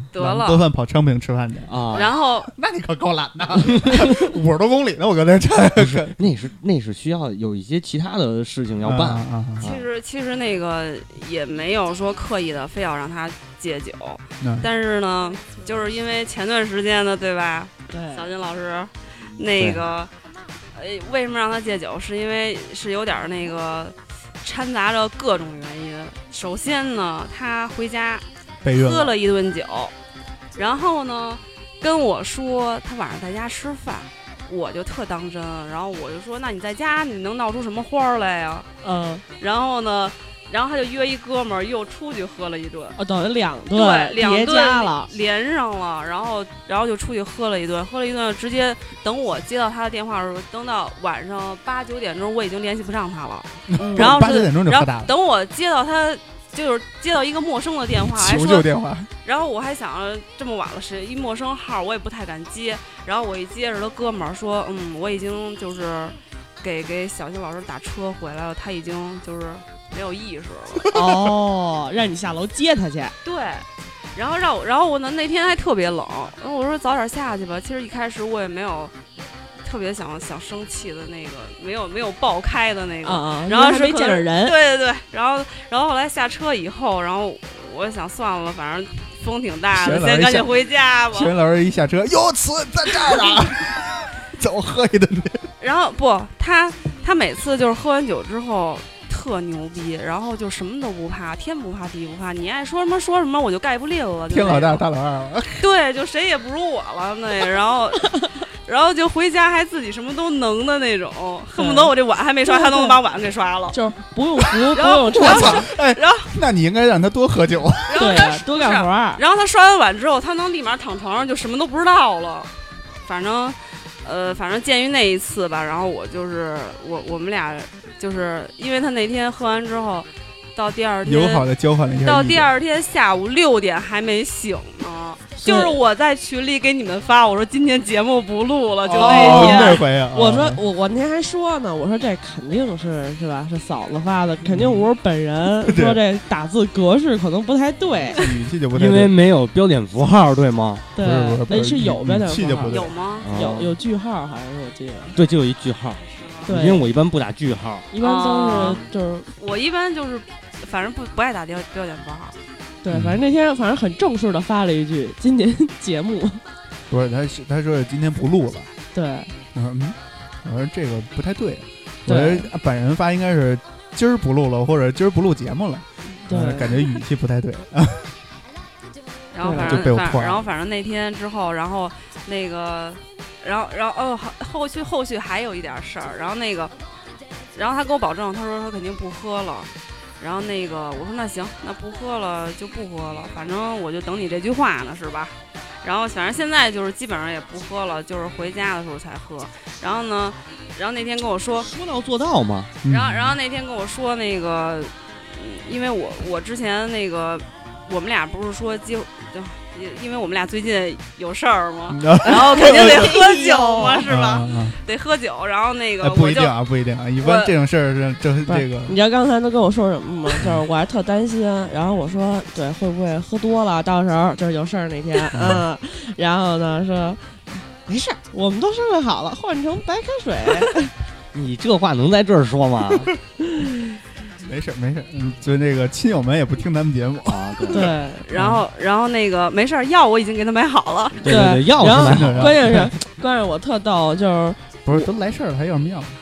得了， 多饭跑昌平吃饭去啊。 然后那你可够懒的，五十多公里呢，我搁那这。 那是那是需要有一些其他的事情要办。啊啊啊、 其实其实那个也没有说刻意的非要让他戒酒，嗯、但是呢，就是因为前段时间呢，对吧？ 对， 小金老师，那个，呃，为什么让他戒酒？是因为是有点那个掺杂着各种原因。首先呢，他回家喝了一顿酒，然后呢跟我说他晚上在家吃饭，我就特当真，然后我就说那你在家你能闹出什么花来呀？ 嗯， 然后呢。然后他就约一哥们儿又出去喝了一顿， 哦，等于两顿， 对，两顿了， 连上了，然后然后就出去喝了一顿，喝了一顿，直接等我接到他的电话的时候，等到晚上八九点钟，我已经联系不上他了，嗯、然后八九点钟就喝大了。 等我接到他，就是接到一个陌生的电话， 求救电话， 然后我还想着这么晚了，是一陌生号，我也不太敢接，然后我一接着他哥们儿说，嗯，我已经就是给给小新老师打车回来了，他已经就是。没有意识了哦，让你下楼接他去。 对，然后让我，然后我呢那天还特别冷，然后我说早点下去吧。其实一开始我也没有特别想想生气的那个，没有没有爆开的那个， 啊、 然后是没见着人。 对对对，然后然后后来下车以后，然后我想算了，反正风挺大的，先赶紧回家吧。 学老师一下车，哟，词在这儿呢，走喝一顿。 然后不，他他每次就是喝完酒之后。特牛逼，然后就什么都不怕，天不怕地不怕，你爱说什么说什么，我就盖不吝了。 天老大大老二了， 对，就谁也不如我了那，然后，然后就回家还自己什么都能的那种，恨不得我这碗还没刷，他都能把碗给刷了， 就是不用扶，不用车。 哎，然后那你应该让他多喝酒， 对呀、啊，多干活。 然后他刷完碗之后，他能立马躺床上就什么都不知道了，反正。呃，反正鉴于那一次吧，然后我就是我我们俩就是因为他那天喝完之后，到第二天友好的交换了一下， 到第二天下午六点还没醒呢。就是我在群里给你们发，我说今天节目不录了，就那天。 哦、那回啊， 我说我我那天还说呢，我说这肯定是是吧？是嫂子发的，肯定不是本人。说这打字格式可能不太对， 语气就不太对， 因为没有标点符号，对吗？ 对，那是有标点符号， 有吗？ 有有句号，好像是我记得。 对，就有一句号。 对， 因为我一般不打句号， 一般都是就是我一般就是，反正不不爱打标标点符号。 对，反正那天反正很正式的发了一句今年节目， 不是他他说今天不录了， 对， 我说嗯，我说这个不太对，我说本人发应该是今儿不录了，或者今儿不录节目了， 对， 感觉语气不太对。 然后反正反然后反正那天之后，然后那个，然后然后哦后续后续还有一点事儿，然后那个，然后他给我保证，他说他肯定不喝了。然后那个我说那行，那不喝了就不喝了，反正我就等你这句话呢，是吧？然后反正现在就是基本上也不喝了，就是回家的时候才喝。然后呢，然后那天跟我说说到做到嘛。 然后然后那天跟我说那个，因为我我之前那个我们俩不是说结就。因为我们俩最近有事儿嘛，然后肯定得喝酒嘛，是吧？得喝酒，然后那个、 哎、不一定啊，不一定啊，一般这种事儿是这这个。 你知道刚才都跟我说什么吗？就是我还特担心，然后我说对，会不会喝多了？到时候就是有事儿那天，嗯，然后呢说没事，我们都准备好了，换成白开水。 你这话能在这儿说吗？ 没事没事，嗯，所以那个亲友们也不听咱们节目啊。对， 对然后然后那个没事，药我已经给他买好了。 对对对，药是买好了。 关键是关键我特逗，就是不是都来事儿了还要什么药？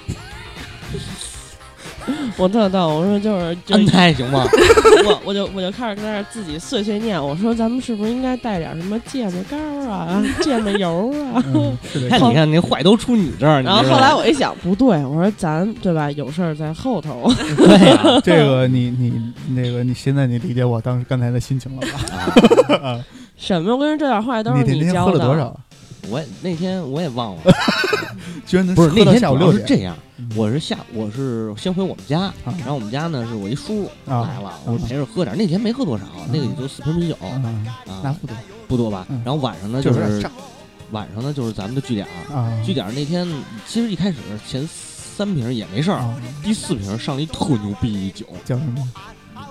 我特逗，我说就是安胎行吗？ 我我就我就开始在那自己碎碎念，我说咱们是不是应该带点什么芥末膏啊、芥末油啊？ 嗯、 看你看那坏都出你这儿。 然后后来我一想，不对，我说咱对吧？有事儿在后头。 对呀、啊， 这个你你那个你现在你理解我当时刚才的心情了吧？啊、 什么？我跟你说这点话都是你教的。 你喝了多少？ 我那天我也忘了， 居然能不是那天下午六点是这样，我是下我是先回我们家， 啊、 然后我们家呢是我一叔啊来了，我陪着喝点，那天没喝多少， 啊、 那个也就四瓶啤酒， 啊， 啊那不多不多吧？ 嗯、 然后晚上呢就是晚上呢就是咱们的据点， 啊、 据点那天其实一开始前三瓶也没事儿， 啊、 第四瓶上了一特牛逼一酒， 叫什么？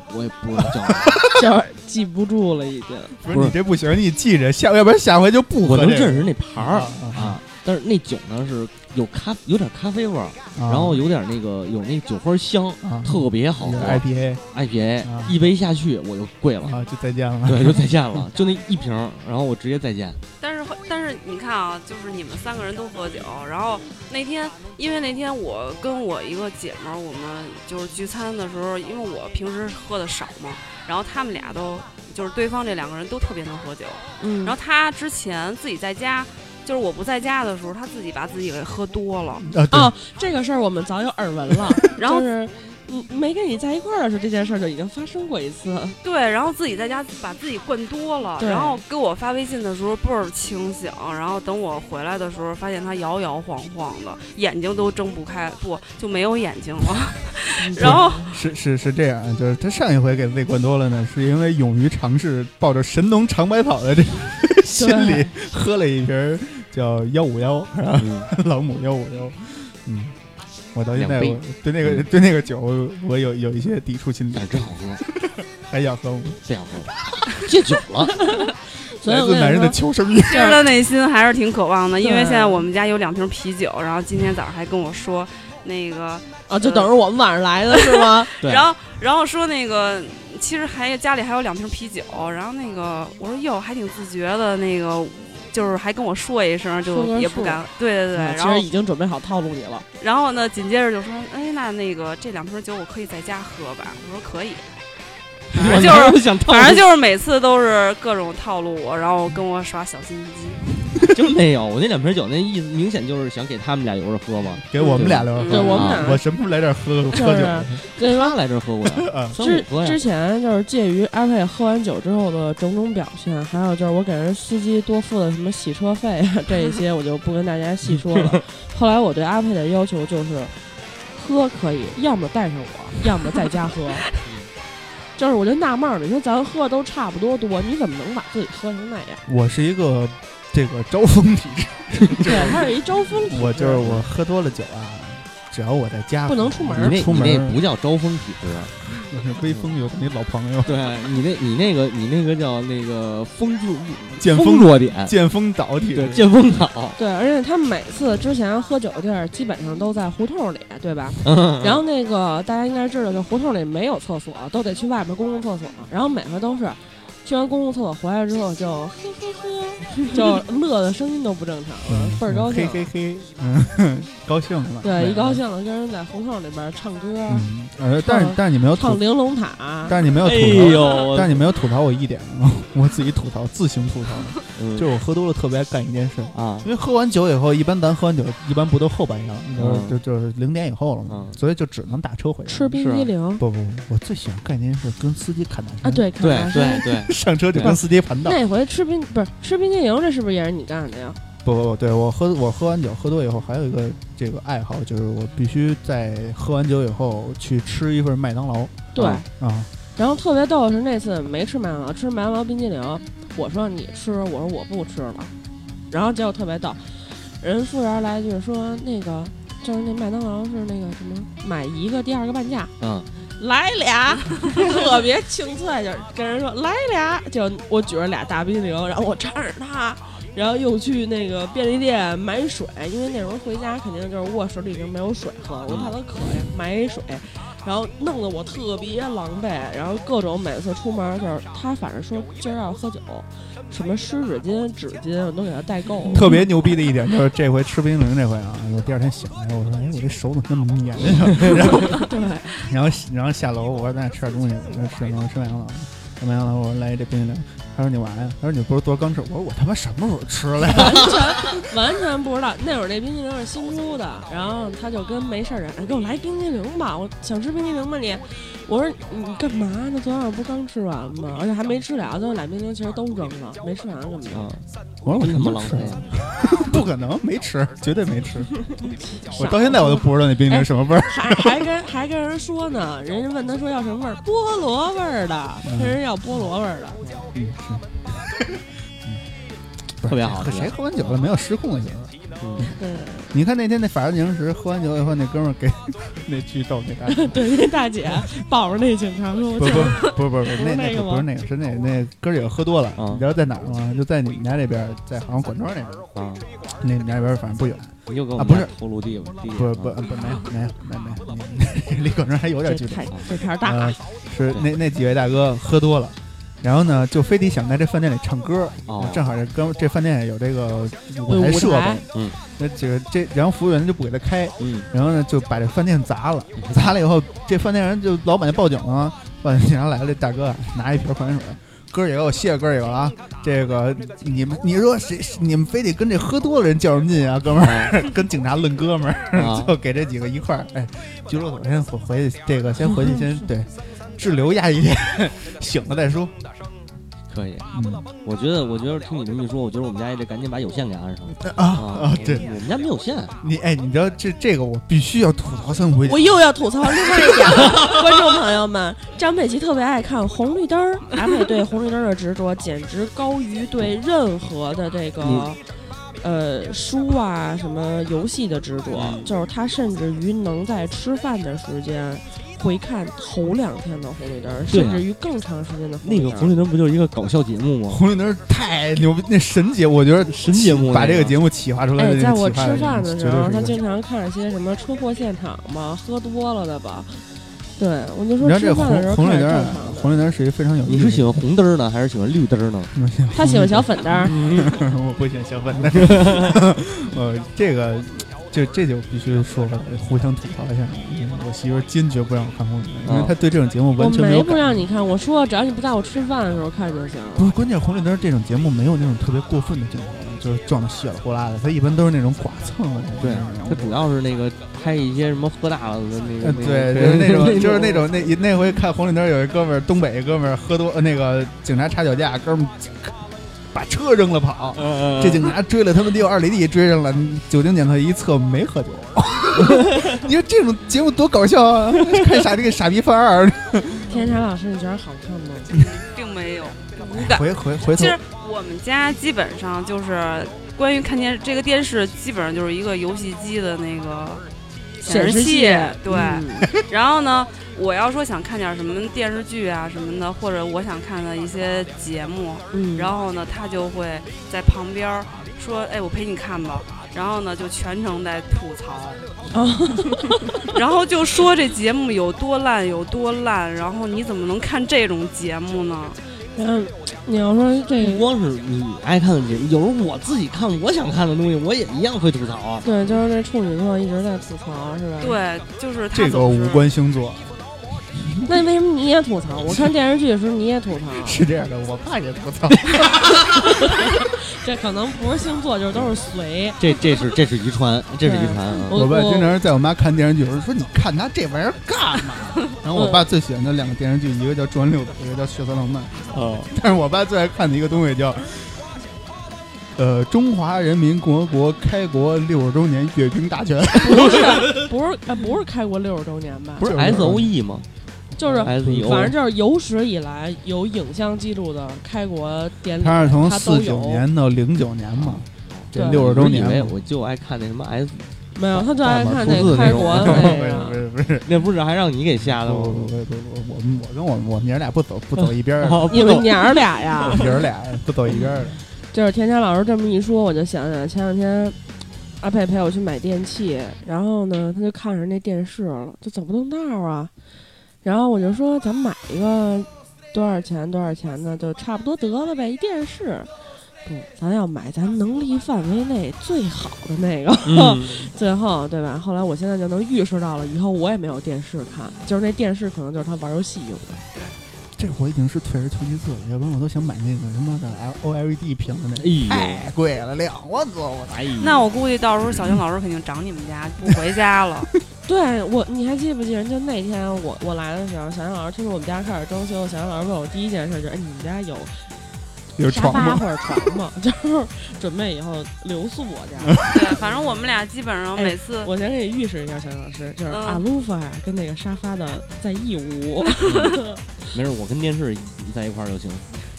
我也不知道叫什么，记不住了已经。 不是你这不行，你记着，下要不然下回就不喝、 这个。我能认识那牌儿啊。 啊啊但是那酒呢是有咖有点咖啡味儿、啊，然后有点那个有那酒花香，啊、特别好喝。 I P A I P A、 啊、 一杯下去我就跪了啊，就再见了。 对，就再见了，就那一瓶，然后我直接再见。 但是但是你看啊，就是你们三个人都喝酒，然后那天因为那天我跟我一个姐们儿，我们就是聚餐的时候，因为我平时喝的少嘛，然后他们俩都就是对方这两个人都特别能喝酒， 嗯， 然后他之前自己在家。就是我不在家的时候，他自己把自己给喝多了。 啊， 哦，这个事儿我们早有耳闻了。然后是，嗯，没跟你在一块儿的时候，这件事儿就已经发生过一次。 对，然后自己在家把自己灌多了，然后给我发微信的时候倍儿清醒，然后等我回来的时候，发现他摇摇晃晃的，眼睛都睁不开，不就没有眼睛了。然后是是是这样，就是他上一回给自己灌多了呢，是因为勇于尝试，抱着神农尝百草的这个心理，喝了一瓶叫幺五幺，朗姆幺五幺。嗯，我到现在我对那个对那个酒我有有一些抵触心理， 但真好喝， 还想喝吗？ 不想喝，戒酒了。 来自男人的求生欲， 其实他内心还是挺渴望的，因为现在我们家有两瓶啤酒，然后今天早上还跟我说那个啊，就等着我们晚上来的是吗？ 对。 然后然后说那个其实还家里还有两瓶啤酒，然后那个我说哟还挺自觉的，那个就是还跟我说一声，就也不敢。对对对，然后其实已经准备好套路你了。 然后呢，紧接着就说，哎，那那个这两瓶酒我可以在家喝吧？我说可以。反正就是，反正就是每次都是各种套路我，然后跟我耍小心机。 真没有，我那两瓶酒那意思明显就是想给他们俩留着喝嘛， 给我们俩留着喝。 对，我们俩， 我什么时候来这儿喝喝酒？ 对， 他来这儿喝过呀。 之之前就是介于阿佩喝完酒之后的种种表现，还有就是我给人司机多付的什么洗车费啊，这一些我就不跟大家细说了。后来我对阿佩的要求就是，喝可以，要么带上我，要么在家喝。就是我就纳闷了，你说咱喝都差不多多，你怎么能把自己喝成那样？ 我是一个这个招风体质， 对，他是一招风体质。 我就是我喝多了酒啊，只要我在家不能出门， 你那出门你那不叫招风体质， 那是微风有你老朋友。 对你那你那个你那个叫那个风助见风弱点， 见风倒体质， 对，见风倒。 对，而且他们每次之前喝酒的地儿基本上都在胡同里，对吧？嗯、然后那个大家应该知道，就胡同里没有厕所，都得去外面公共厕所。然后每回都是去完公共厕所回来之后就呵呵呵，就乐的声音都不正常了，倍儿高兴， 嘿嘿嘿，嗯，高兴了。 对，一高兴了，跟人在胡同里边唱歌。 嗯，呃，但是但是你没有唱玲珑塔， 但是你没有吐槽，但是你没有吐槽我一点，我自己吐槽，自行吐槽，嗯、就是我喝多了特别爱干一件事啊，因为喝完酒以后，一般咱喝完酒一般不都后半夜，嗯、就就是零点以后了嘛，嗯、所以就只能打车回家吃冰激凌。 不不不，我最喜欢干一件事，跟司机侃大山啊，对对对对。 上车就跟司机盘道。 那回吃冰不是吃冰激凌，这是不是也是你干的呀？ 不不不，对我喝我喝完酒喝多以后，还有一个这个爱好，就是我必须在喝完酒以后去吃一份麦当劳。 对啊， 然后特别逗的是那次没吃麦当劳，吃麦当劳冰激凌，我说你吃，我说我不吃了，然后结果特别逗，人服务员来一句说那个就是那麦当劳是那个什么买一个第二个半价，嗯。来俩，特别清脆，就跟人说来俩，就我举着俩大冰激凌，然后我搀着他，然后又去那个便利店买水，因为那时候回家肯定就是卧室里已经没有水喝，我怕他渴呀，买水，然后弄得我特别狼狈，然后各种每次出门就是他反正说今儿要喝酒，什么湿纸巾、纸巾我都给他代购。 特别牛逼的一点就是这回吃冰激凌这回啊，我第二天醒来我说哎我这手怎么那么黏然后对， 然后然后下楼我说咱吃点东西，我说吃什么吃麦当劳，吃麦当劳我说来这冰激凌。他说你玩呀？他说你不是多刚吃？我说我他妈什么时候吃了呀？ 完全完全不知道，那会儿那冰激凌是新出的，然后他就跟没事人，哎，给我来冰激凌吧，我想吃冰激凌吧你。我说你干嘛呢？昨晚上不刚吃完吗？而且还没吃了，最后俩冰激凌其实都扔了，没吃完根本。 嗯， 我说我什么浪费？ 不可能，没吃，绝对没吃。我到现在我都不知道那冰激凌什么味儿。 还还跟还跟人说呢，人家问他说要什么味儿，菠萝味儿的，跟人要菠萝味儿的。 嗯。 特别好， 谁喝完酒了没有失控的时候？ 嗯，对。你看那天那法制进行时喝完酒以后，那哥们儿给那巨逗那大姐， 对，那大姐抱着那警察说：“ 不不不不不，那那个不是那个，是那那哥几个喝多了，你知道在哪儿吗？就在你们家那边，在好像管庄那边啊，那你们家那边反正不远。 你又给我啊，不是透露地方， 不不不没有没有没有没有，离管庄还有点距离。 这片儿大， 是那那几位大哥喝多了。”然后呢，就非得想在这饭店里唱歌， 哦、 正好这哥这饭店有这个舞台设备， 嗯， 那这个这，然后服务员就不给他开， 嗯， 然后呢就把这饭店砸了，砸了以后，这饭店人就老板就报警了，报警警察来了，这大哥拿一瓶矿泉水，哥几个我谢谢哥几个了啊，这个你们你说谁你们非得跟这喝多的人较什么劲啊，哥们儿，跟警察论哥们儿， 啊、 就给这几个一块儿，哎，拘留所先回回去，这个先回去先对。滞留压一天，醒了再说。 可以，嗯，我觉得，我觉得听你这么一说，我觉得我们家也得赶紧把有线给安上啊啊！对， 我们家没有线。 你哎，你知道这这个我必须要吐槽三回。 我又要吐槽另外一点，观众朋友们，张佩琪特别爱看红绿灯儿，阿佩对红绿灯的执着简直高于对任何的这个。呃，书啊，什么游戏的执着，嗯、就是他甚至于能在吃饭的时间回看头两天的红绿灯，甚至于更长时间的红绿灯。 那个红绿灯不就是一个搞笑节目吗？ 红绿灯太牛逼，那神节，我觉得神节目把这个节目企划出来的、 哎。在我吃饭的时候， 他经常看一些什么车祸现场嘛，喝多了的吧。对，我就说吃饭的时候红绿灯，红绿灯是一个非常有意思。 你是喜欢红灯呢，还是喜欢绿灯呢？ 他喜欢小粉灯， 我不喜欢小粉灯。呃，这个，这这就必须说互相吐槽一下。我媳妇坚决不让我看红绿灯，因为她对这种节目完全没有。 我没不让你看，我说只要你不在我吃饭的时候看就行。 不是，关键红绿灯这种节目没有那种特别过分的镜头。就是撞得血了呼啦的，他一般都是那种剐蹭的。 对，他主要是那个拍一些什么喝大了的那个。 对，就是那种，就是那种那那回看红绿灯有一哥们儿，东北一哥们儿喝多，那个警察查酒驾，哥们儿把车扔了跑， 嗯、 这警察追了他们得有二里地追上了，酒精检测一测没喝酒。你说这种节目多搞笑啊！看傻逼傻逼范儿。 天茶老师，你觉得好看吗？ 并没有。无感。 回回回头， 其实我们家基本上就是关于看电这个电视，基本上就是一个游戏机的那个显示器，对。嗯、然后呢，我要说想看点什么电视剧啊什么的，或者我想看的一些节目， 嗯， 然后呢，他就会在旁边说：“哎，我陪你看吧。”然后呢，就全程在吐槽， 哦、 然后就说这节目有多烂有多烂，然后你怎么能看这种节目呢？ 嗯，你要说这不光是你爱看的节目，有时候我自己看我想看的东西，我也一样会吐槽啊。 对，就是这处女座一直在吐槽，是吧？ 对，就是他这个无关星座。 那为什么你也吐槽？我看电视剧的时候你也吐槽。 是这样的，我爸也吐槽。 这可能不是星座，就是都是随。 这这是这是遗传，这是遗传啊！ 我爸经常在我妈看电视剧的时候说：“你看他这玩意儿干嘛？”然后我爸最喜欢的两个电视剧，一个叫《转六子》，一个叫《血色浪漫》。 哦， 但是我爸最爱看的一个东西叫。呃，中华人民共和国开国六十周年阅兵大全。 不是，不是，呃，不是开国六十周年吧？ 不是 S O E 吗？ 就是， S E O 反正就是有史以来有影像记录的开国典礼， 它是从四九年到零九年嘛，这六十周年。 我以为我就爱看那什么 S， 没有，他就爱看那开国的那个。 不是不是， 那不是还让你给吓的吗？ 我我我我跟我我娘俩不走不走一边儿， 你们娘俩呀？ 爷儿俩不走一边儿的。 就是田佳老师这么一说，我就想想前两天阿佩陪我去买电器，然后呢，他就看着那电视了，就走不动道啊。然后我就说，咱买一个多少钱多少钱的，就差不多得了呗，一电视。不，咱要买咱能力范围内最好的那个。 嗯、 最后，对吧？后来我现在就能预示到了，以后我也没有电视看，就是那电视可能就是他玩游戏用的。 这我已经是退而求其次了，要不然我都想买那个什么的 O L E D 屏的那个， 太贵了，两万多！我哎， 那我估计到时候小星老师肯定找你们家，不回家了。 对我，你还记不记得？就那天我我来的时候，小星老师听说我们家开始装修，小星老师问我第一件事就是：哎，你们家有有沙发或者床吗？就是准备以后留宿我家。 对，反正我们俩基本上每次， 哎、我先给你预示一下，小星老师，就是阿鲁法呀跟那个沙发的在一屋。 没事，我跟电视在一块儿就行。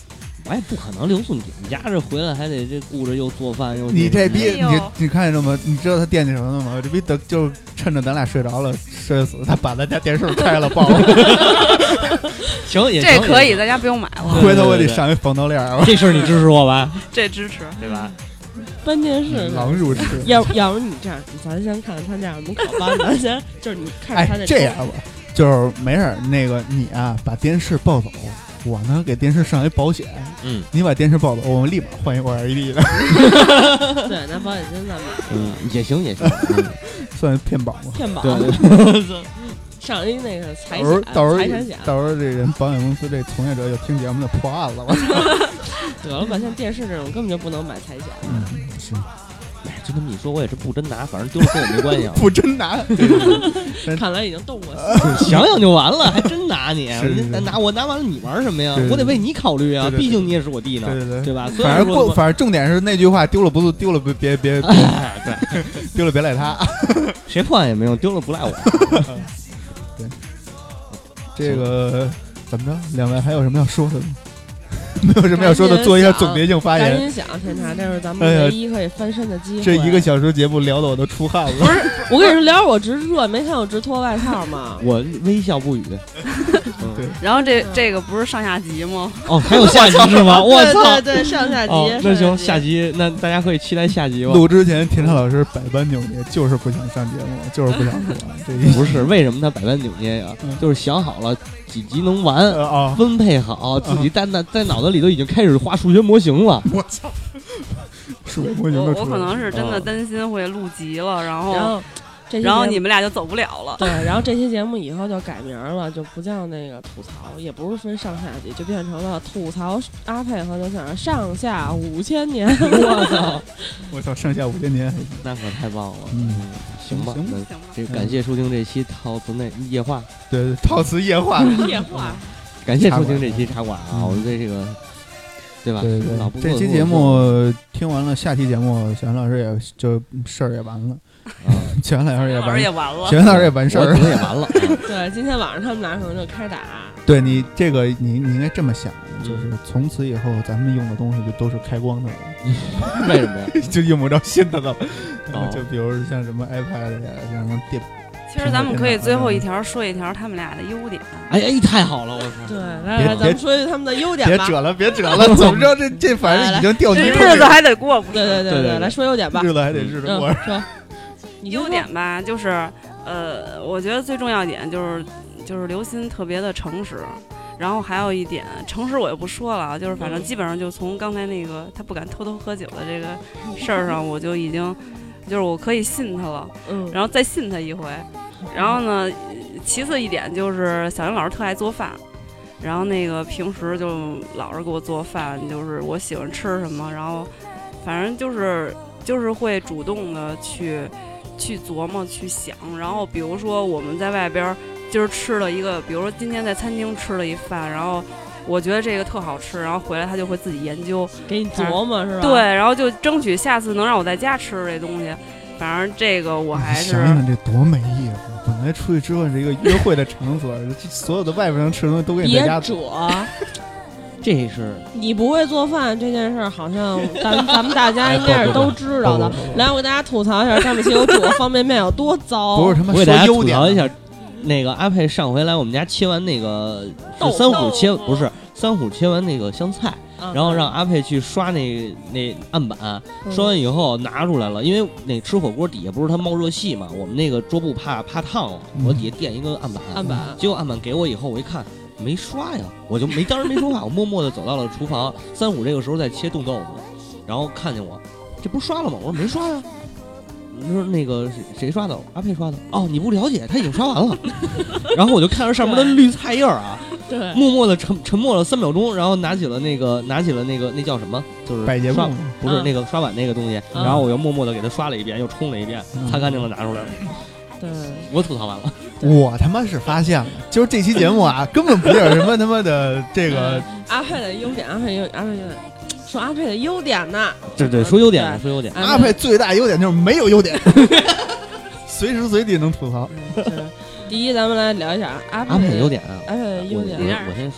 我也不可能留宿你们家这回来还得这顾着又做饭又。 你这逼你你看见了吗？你知道他惦记什么了吗？这逼得就趁着咱俩睡着了睡死，他把咱家电视开了爆了。 行也这可以，大家不用买了。 回头我得上一防盗链儿。 这事儿你支持我吧？ 这支持对吧？ 搬电视， 狼入室。 要要不你这样，咱先看看他家有什么可搬的，先就是你看他那。哎，这样吧，就是没事儿，那个你啊，把电视抱走，我呢给电视上一保险。 嗯， 你把电视抱走，我们立马换一块 L E D 的。 对，拿保险金再买。 嗯，也行也行，嗯、 算骗保吗？ 骗保。上一那个财险， 到时候财产险， 到时候这人保险公司这从业者就听节目就破案了，我操！ 得了吧，像电视这种根本就不能买财险。 嗯，行。 哎，就这么一说，我也是不真拿，反正丢了跟我没关系啊。 不真拿， 看来已经动过。 想想就完了，还真拿你？ 是是是拿我拿完了，你玩什么呀？ 对对对我得为你考虑啊， 对对对毕竟你也是我弟呢， 对对对， 对吧？ 反正过，反正重点是那句话，丢了不丢了，别别别， 哎，对， 丢了别赖他， 谁破案也没用，丢了不赖我。 对，这个怎么着？两位还有什么要说的吗？没有什么要说的，做一下总结性发言。 赶紧想，天茶，这是咱们唯一可以翻身的机会。 这一个小时节目聊得我都出汗了。 不是，我跟你说，聊我直热，没看我直脱外套吗？ 我微笑不语。 对。 然后这这个不是上下集吗？ 哦，还有下集是吗？我操！ 对对对，上下集。 哦，那行，下集那大家可以期待下集吧。 录之前，田超老师百般扭捏，就是不想上节目，就是不想说。这不是为什么他百般扭捏呀？就是想好了。几集能完、 呃、 分配好，自己在那在脑子里都已经开始画数学模型了。 我操！数学模型我我可能是真的担心会录急了，然后然后这然后你们俩就走不了了。 对，然后这期节目以后就改名了，就不叫那个吐槽，也不是分上下集，就变成了吐槽阿佩和刘想上下五千年。我操！ 我操！上下五千年， 那可太棒了。 嗯。 行吧， 行吧， 这个感谢收听这期套词内夜话， 对，套词夜话， 夜话。 感谢收听这期茶馆啊，我们对这个，对吧？ 对对，这期节目听完了，下期节目小袁老师也就事儿也完了，啊，小袁老师也完， 也完了， 小袁老师也完事儿， 也完了。 对，今天晚上他们俩可能就开打。 对你这个，你你应该这么想，就是从此以后咱们用的东西就都是开光的了。 为什么呀？ 就用不着新的了。 哦、 就比如像什么 iPad 呀，像什么电。 其实咱们可以最后一条说一条他们俩的优点。 哎哎，太好了！我操。 对，来来，咱们说他们的优点吧。 别扯了，别扯了，怎么着？这这反正已经掉进日子还得过。 对对对对，来说优点吧。 日子还得日子过。 说。 优点吧，就是呃，我觉得最重要一点就是就是刘鑫特别的诚实。然后还有一点，诚实我就不说了，就是反正基本上就从刚才那个他不敢偷偷喝酒的这个事儿上，我就已经就是我可以信他了， 嗯， 然后再信他一回。然后呢，其次一点就是小袁老师特爱做饭，然后那个平时就老是给我做饭，就是我喜欢吃什么，然后反正就是就是会主动的去去琢磨去想，然后比如说我们在外边。今儿吃了一个，比如说今天在餐厅吃了一饭，然后我觉得这个特好吃，然后回来他就会自己研究， 给你琢磨是吧？ 对，然后就争取下次能让我在家吃这东西。反正这个我还是想想这多没意思！本来出去吃饭是一个约会的场所，所有的外边能吃的东西都给你在家做。 这是你不会做饭这件事儿，好像咱咱们大家应该是都知道的。来，我给大家吐槽一下，上面期我煮的方便面有多糟。 不是他妈说优点，吐槽一下。那个阿佩上回来我们家切完那个是三虎切不是三虎切完那个香菜，然后让阿佩去刷那那案板，刷完以后拿出来了，因为那吃火锅底下不是它冒热气嘛，我们那个桌布怕怕烫了，我底下垫一个案板， 案板， 结果案板给我以后，我一看没刷呀，我就没当时没说话，我默默的走到了厨房，三虎这个时候在切冻豆腐，然后看见我，这不是刷了吗？我说没刷呀。你说那个谁刷的？阿佩刷的。哦，你不了解，他已经刷完了。然后我就看着上面的绿菜叶啊， 对， 默默的沉沉默了三秒钟，然后拿起了那个拿起了那个那叫什么？就是百洁布， 不是那个刷碗那个东西。然后我又默默的给他刷了一遍，又冲了一遍，擦干净了拿出来了。 对， 我吐槽完了。 我他妈是发现了，就是这期节目啊，根本不是什么他妈的这个阿佩的优点，阿佩优阿佩优点。说阿佩的优点呢？ 对对，说优点，说优点。 阿佩最大优点就是没有优点，随时随地能吐槽。 第一，咱们来聊一下阿佩阿佩的优点啊。 阿佩的优点， 我我先说一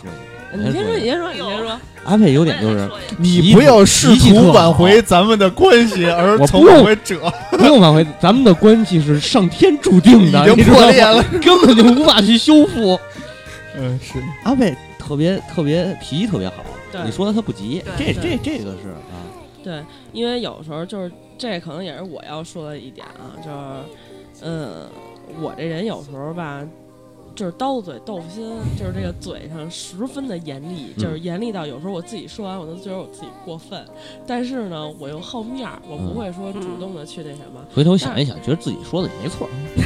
你先说，你先说，你先说。 阿佩优点就是你不要试图挽回咱们的关系，而从挽回者不用挽回，咱们的关系是上天注定的， 已经破裂了， 根本就无法去修复。 嗯，是阿佩特别特别脾气特别好，你说他他不急，这这这个是啊。 对，因为有时候就是这可能也是我要说的一点啊，就是嗯，我这人有时候吧。就是刀嘴豆腐心，就是这个嘴上十分的严厉，就是严厉到有时候我自己说完我都觉得我自己过分，但是呢我又好面儿，我不会说主动的去那什么。 回头想一想，觉得自己说的也没错。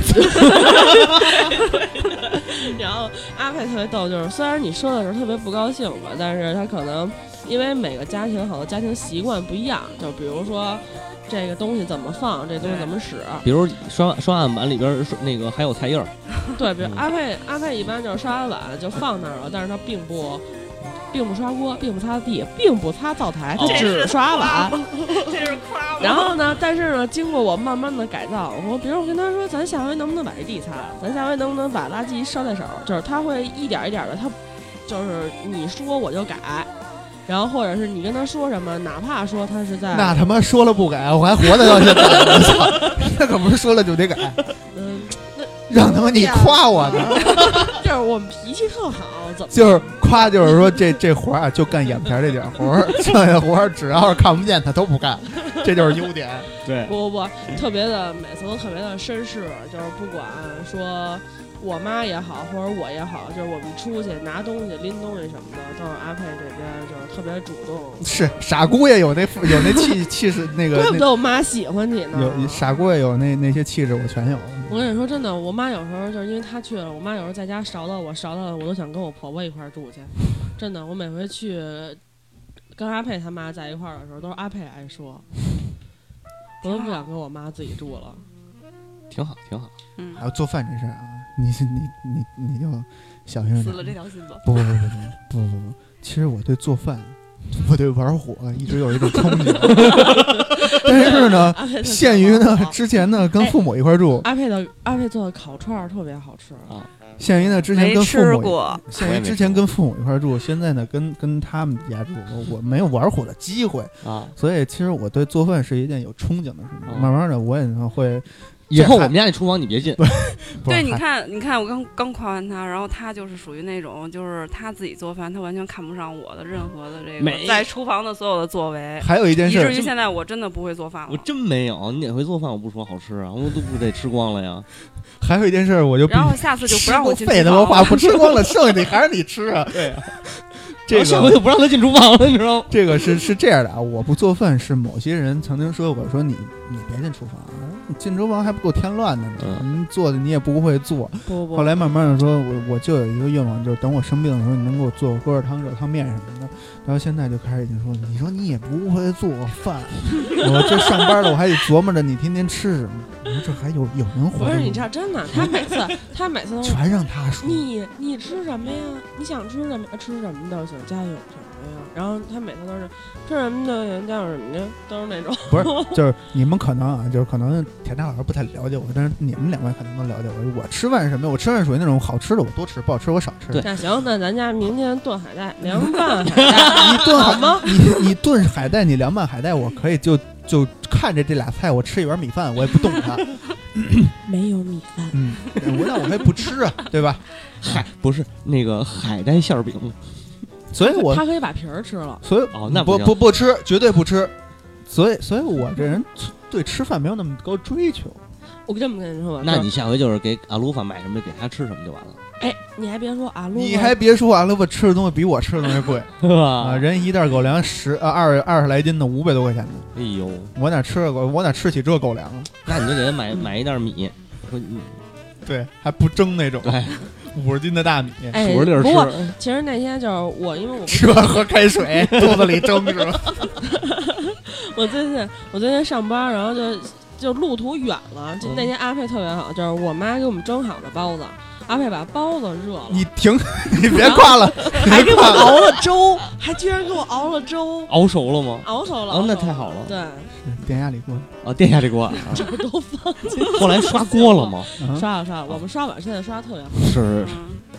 然后阿佩特别逗，就是虽然你说的时候特别不高兴吧，但是他可能因为每个家庭好多家庭习惯不一样，就比如说。这个东西怎么放？这东西怎么使？ 比如刷刷案板里边那个还有菜叶儿。 对，比如阿佩阿佩一般就是刷完碗就放那儿了，但是他并不并不刷锅，并不擦地，并不擦灶台，他只刷碗。 这是夸我。 然后呢，但是呢，经过我慢慢的改造，我比如我跟他说，咱下回能不能把这地擦？咱下回能不能把垃圾捎带手？就是他会一点一点的，他就是你说我就改。然后或者是你跟他说什么，哪怕说他是在那他妈说了不改，我还活得到现在，我操，那可不是说了就得改。 嗯，那让他妈你夸我呢， 就是我们脾气特好，怎么就是夸，就是说这这活啊就干眼皮这点活儿，剩下的活儿只要是看不见他都不干，这就是优点。 对， 不不不，特别的每次都特别的绅士，就是不管说。我妈也好，或者我也好，就是我们出去拿东西、拎东西什么的，都是阿佩这边就是特别主动。 是傻姑爷有那有那气气势，那个怪不得我妈喜欢你呢。 有傻姑爷有那那些气质，我全有。 我跟你说真的，我妈有时候就是因为她去了，我妈有时候在家勺到我勺到，我都想跟我婆婆一块儿住去。真的，我每回去跟阿佩他妈在一块儿的时候，都是阿佩爱说，我都不想跟我妈自己住了。 挺好，挺好。 嗯， 还有做饭这事儿啊，你你你你就小心点。 死了这条心吧。 不不不不不不不，其实我对做饭，我对玩火一直有一种憧憬。但是呢，限于呢之前呢跟父母一块住， 阿佩的阿佩做的烤串特别好吃啊。 限于呢之前跟父母，限于之前跟父母一块住，现在呢跟跟他们家住，我没有玩火的机会啊，所以其实我对做饭是一件有憧憬的事情。慢慢的我也会。 以后我们家那厨房你别进。 对，你看，你看，我刚刚夸完他，然后他就是属于那种，就是他自己做饭，他完全看不上我的任何的这个在厨房的所有的作为。 还有一件事， 以至于现在我真的不会做饭了。 我真没有，你哪回做饭我不说好吃啊，我都不得吃光了呀。 还有一件事，我就然后下次就不让我进厨房了。 废的话不吃光了，剩下的还是你吃啊。对啊。这个我就不让他进厨房了，你知道吗？ 这个是是这样的啊，我不做饭是某些人曾经说过，说你你别进厨房，你进厨房还不够添乱的呢，嗯、你做的你也不会做。 不不。 后来慢慢的说，我我就有一个愿望，就是等我生病的时候，你能给我做锅热汤、热汤面什么的。然后现在就开始已经说，你说你也不会做饭，我这上班了，我还得琢磨着你天天吃什么。我说这还有有人活？ 不是，你知道真的，他每次他每次都全让他说。 你你吃什么呀？你想吃什么？吃什么都行，家有什么呀？然后他每次都是吃什么都行，家有什么呀？都是那种。 不是，就是你们可能啊，就是可能田大老师不太了解我，但是你们两位可能能了解我。我吃饭是什么？我吃饭属于那种好吃的我多吃，不好吃我少吃。 对， 那行，那咱家明天炖海带，凉拌海带。 你炖好吗？ 你你炖海带，你凉拌海带，我可以就就看着这俩菜，我吃一碗米饭，我也不动它。 没有米饭， 嗯，我那我还不吃啊，对吧？ 海不是那个海带馅饼， 所以我他可以把皮儿吃了。 所以哦，那不不不吃，绝对不吃。所以所以我这人对吃饭没有那么高追求。 我这么跟你说吧， 那你下回就是给阿鲁法买什么给他吃什么就完了。 哎，你还别说阿鲁， 你还别说阿鲁法吃的东西比我吃的东西贵， 是吧？ 啊，人一袋狗粮十啊二二十来斤的，五百多块钱的。 哎呦， 我哪吃过？我哪吃起这狗粮啊？ 那你就给他买买一袋米，说你对，还不蒸那种， 对， 五十斤的大米， 哎， 数着地儿吃。 不过其实那天就是我，因为我吃完喝开水，肚子里蒸是吧？ 我最近我最近上班，然后就就路途远了，就那天阿佩特别好，就是我妈给我们蒸好的包子。阿佩把包子热了， 你停，你别夸了， 还给我熬了粥，还居然给我熬了粥， 熬熟了吗？ 熬熟了， 哦，那太好了。 对， 电压力锅， 哦，电压力锅， 这不都放进？ 后来刷锅了吗？ 刷了刷了，我们刷碗现在刷特别好。 是，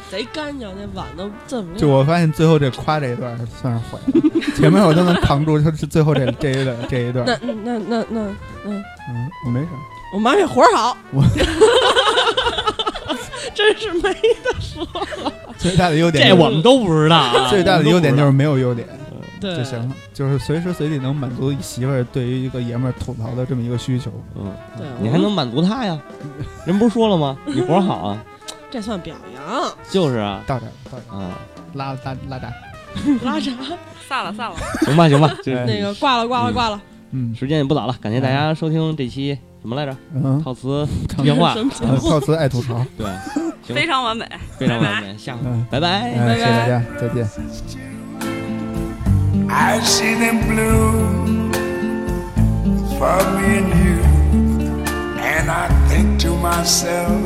贼干净，那碗都这么。 就我发现最后这夸这一段算是毁了，前面我都能扛住，就是最后这这一段这一段。 那那那那嗯嗯，我没事。 我妈这活儿好， 我真是没得说了。 最大的优点、 就是，这我们都不知道、啊。 最大的优点就是没有优点， 对就行了，就是随时随地能满足媳妇儿对于一个爷们儿吐槽的这么一个需求。 嗯， 对， 你还能满足他呀？人不是说了吗？你活好啊， 这算表扬。 就是啊， 到这儿到这儿啊， 拉拉拉闸， 拉闸， 散了散了。 行吧行吧， 哎、 那个挂了挂了挂了。 嗯， 时间也不早了，感谢大家收听这期什么来着？ 嗯， 套词电话， 呃、套词爱吐槽， 对， 非常完美， 非常完美，下回、嗯、拜拜， 嗯、谢谢大家，再见。 I see them blue for me and you, and I think to myself,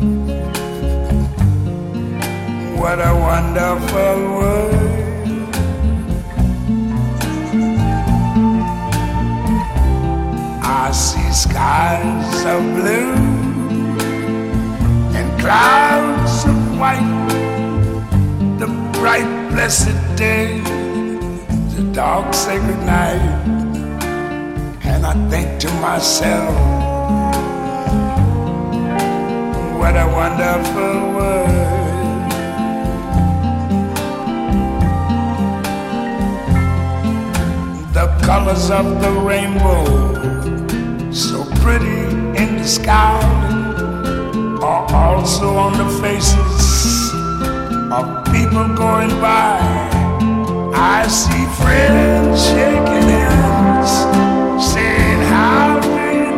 what a wonderful world. I see skies of blue and clouds of white, the bright blessed day, the dark sacred night, and I think to myself, what a wonderful world. The colors of the rainbow, so pretty in the sky, are also on the faces of people going by. I see friends shaking hands, saying how do you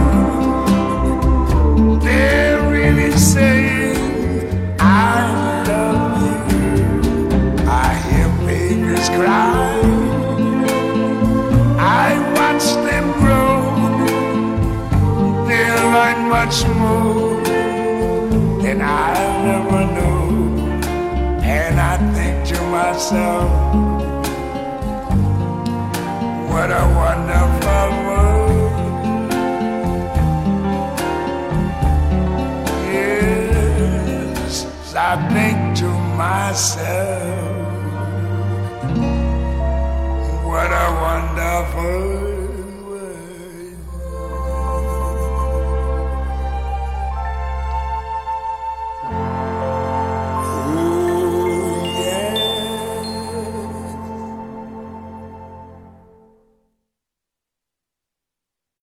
do. They're really saying I love you. I hear babies cry, I watch them grow, they'll learn much more than I never knew. And I think to myself, what a wonderful world. Yes, I think to myself,